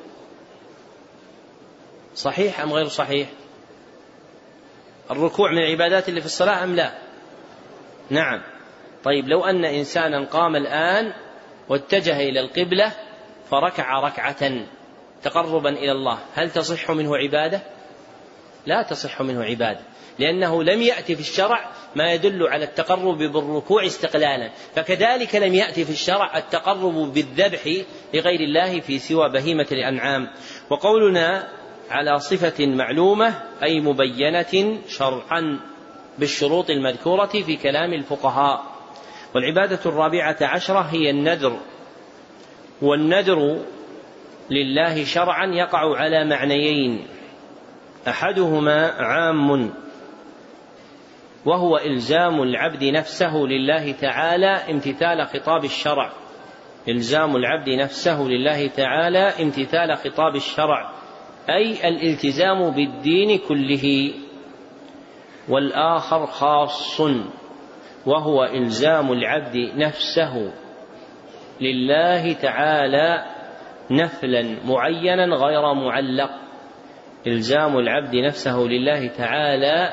صحيح أم غير صحيح؟ الركوع من العبادات اللي في الصلاة أم لا؟ نعم. طيب لو أن إنسانا قام الآن واتجه إلى القبلة فركع ركعة تقربا إلى الله، هل تصح منه عبادة؟ لا تصح منه عبادة، لأنه لم يأتي في الشرع ما يدل على التقرب بالركوع استقلالا. فكذلك لم يأتي في الشرع التقرب بالذبح لغير الله في سوى بهيمة الأنعام. وقولنا على صفة معلومة أي مبينة شرعا بالشروط المذكورة في كلام الفقهاء. والعبادة 14 هي النذر. والنذر لله شرعا يقع على معنيين، أحدهما عام وهو إلزام العبد نفسه لله تعالى امتثال خطاب الشرع. إلزام العبد نفسه لله تعالى امتثال خطاب الشرع أي الالتزام بالدين كله. والآخر خاص وهو إلزام العبد نفسه لله تعالى نفلا معينا غير معلق. إلزام العبد نفسه لله تعالى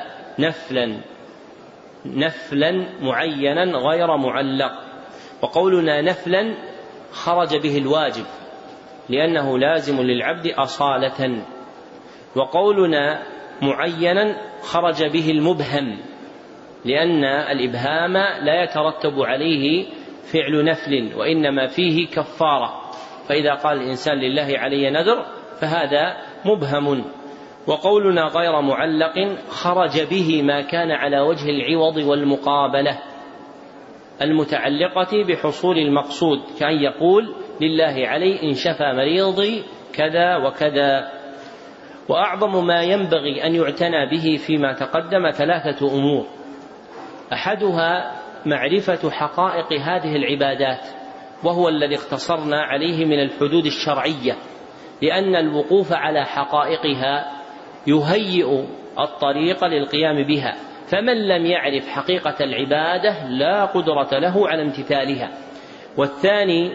نفلا معينا غير معلق. وقولنا نفلا خرج به الواجب لأنه لازم للعبد أصالة، وقولنا معينا خرج به المبهم لأن الإبهام لا يترتب عليه فعل نفل وإنما فيه كفارة، فإذا قال الإنسان لله علي نذر فهذا مبهم. وقولنا غير معلق خرج به ما كان على وجه العوض والمقابلة المتعلقة بحصول المقصود، كأن يقول لله علي إن شفى مريضي كذا وكذا. وأعظم ما ينبغي أن يعتنى به فيما تقدم 3 أمور: أحدها معرفة حقائق هذه العبادات، وهو الذي اقتصرنا عليه من الحدود الشرعية، لأن الوقوف على حقائقها يهيئ الطريق للقيام بها، فمن لم يعرف حقيقة العبادة لا قدرة له على امتثالها. والثاني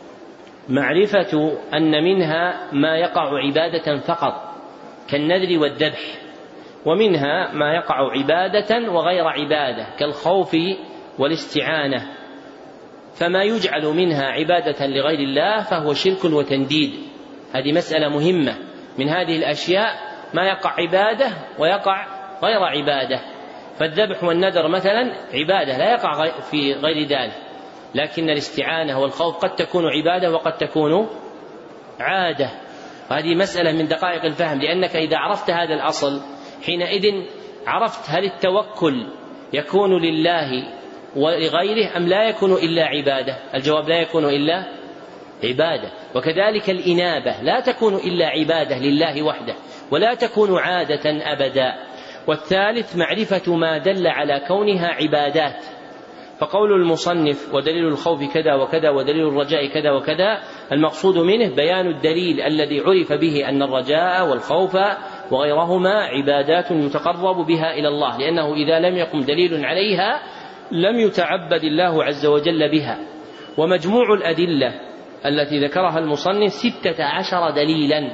معرفة أن منها ما يقع عبادة فقط كالنذر والذبح، ومنها ما يقع عبادة وغير عبادة كالخوف والاستعانة، فما يجعل منها عبادة لغير الله فهو شرك وتنديد. هذه مسألة مهمة. من هذه الأشياء ما يقع عبادة ويقع غير عبادة، فالذبح والنذر مثلا عبادة لا يقع في غير ذلك، لكن الاستعانة والخوف قد تكون عبادة وقد تكون عادة. وهذه مسألة من دقائق الفهم، لأنك إذا عرفت هذا الأصل حينئذ عرفت هل التوكل يكون لله ولغيره أم لا يكون إلا عبادة. الجواب لا يكون إلا عبادة. وكذلك الإنابة لا تكون إلا عبادة لله وحده، ولا تكون عادة أبدا. والثالث معرفة ما دل على كونها عبادات، فقول المصنف ودليل الخوف كذا وكذا ودليل الرجاء كذا وكذا، المقصود منه بيان الدليل الذي عرف به أن الرجاء والخوف وغيرهما عبادات يتقرب بها إلى الله، لأنه إذا لم يقم دليل عليها لم يتعبد الله عز وجل بها. ومجموع الأدلة التي ذكرها المصنف 16 دليلا،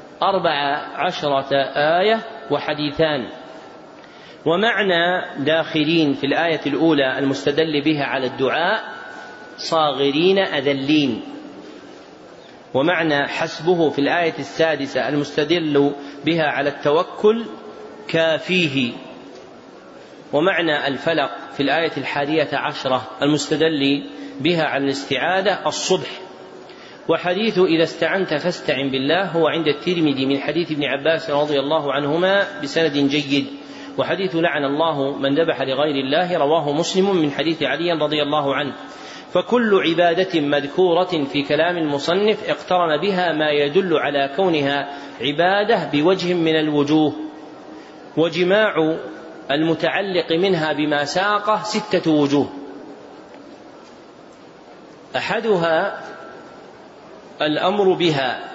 14 آية وحديثان. ومعنى داخلين في الآية الأولى المستدل بها على الدعاء صاغرين أذلين، ومعنى حسبه في الآية السادسة المستدل بها على التوكل كافيه، ومعنى الفلق في الآية 11 المستدل بها على الاستعاذة الصبح. وحديث إذا استعنت فاستعن بالله هو عند الترمذي من حديث ابن عباس رضي الله عنهما بسند جيد. وحديث لعن الله من ذبح لغير الله رواه مسلم من حديث علي رضي الله عنه. فكل عبادة مذكورة في كلام المصنف اقترن بها ما يدل على كونها عبادة بوجه من الوجوه، وجماع المتعلق منها بما ساقه 6 وجوه. أحدها الأمر بها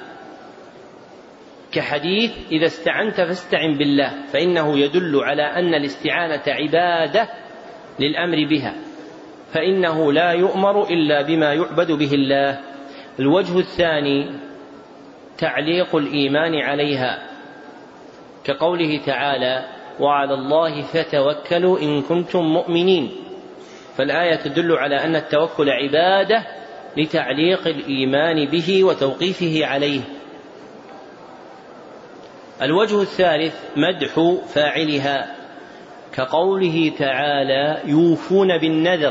كحديث إذا استعنت فاستعن بالله، فإنه يدل على أن الاستعانة عبادة للأمر بها، فإنه لا يؤمر إلا بما يعبد به الله. الوجه الثاني تعليق الإيمان عليها، كقوله تعالى وعلى الله فتوكلوا إن كنتم مؤمنين، فالآية تدل على أن التوكل عبادة لتعليق الإيمان به وتوقيفه عليه. الوجه الثالث مدح فاعلها، كقوله تعالى يوفون بالنذر،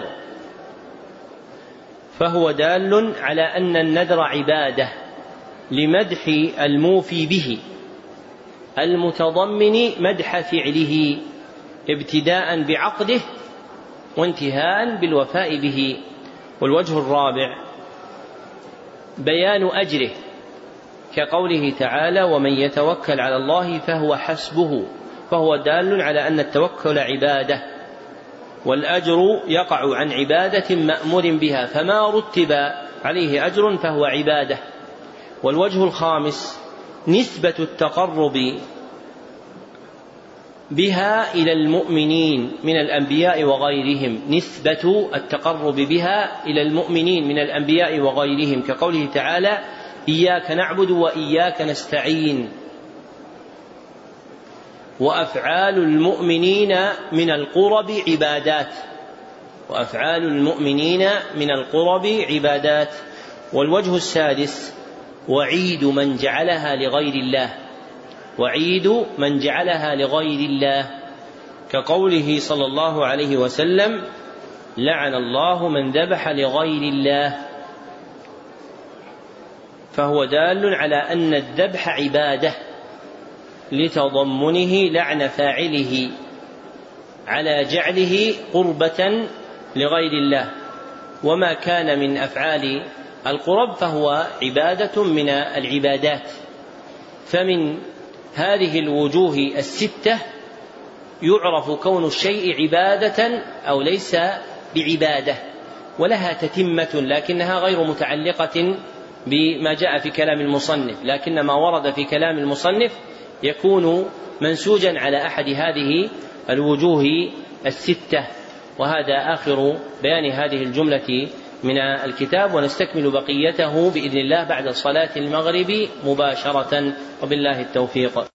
فهو دال على أن النذر عبادة لمدح الموفي به المتضمن مدح فعله ابتداء بعقده وانتهاء بالوفاء به. والوجه الرابع بيان أجره، كقوله تعالى ومن يتوكل على الله فهو حسبه، فهو دال على أن التوكل عبادة، والأجر يقع عن عبادة مأمور بها، فما رتب عليه أجر فهو عبادة. والوجه الخامس نسبة التقرب بها إلى المؤمنين من الأنبياء وغيرهم، نسبة التقرب بها إلى المؤمنين من الأنبياء وغيرهم، كقوله تعالى إياك نعبد وإياك نستعين. وأفعال المؤمنين من القرب عبادات، وأفعال المؤمنين من القرب عبادات. والوجه السادس وعيد من جعلها لغير الله، وعيد من جعلها لغير الله، كقوله صلى الله عليه وسلم لعن الله من ذبح لغير الله، فهو دال على أن الذبح عبادة لتضمنه لعن فاعله على جعله قربة لغير الله. وما كان من أفعال القرب فهو عبادة من العبادات. فمن هذه الوجوه الستة يعرف كون الشيء عبادة أو ليس بعبادة، ولها تتمة لكنها غير متعلقة بما جاء في كلام المصنف، لكن ما ورد في كلام المصنف يكون منسوجا على أحد هذه الوجوه الستة. وهذا آخر بيان هذه الجملة من الكتاب، ونستكمل بقيته بإذن الله بعد صلاة المغرب مباشرة، وبالله التوفيق.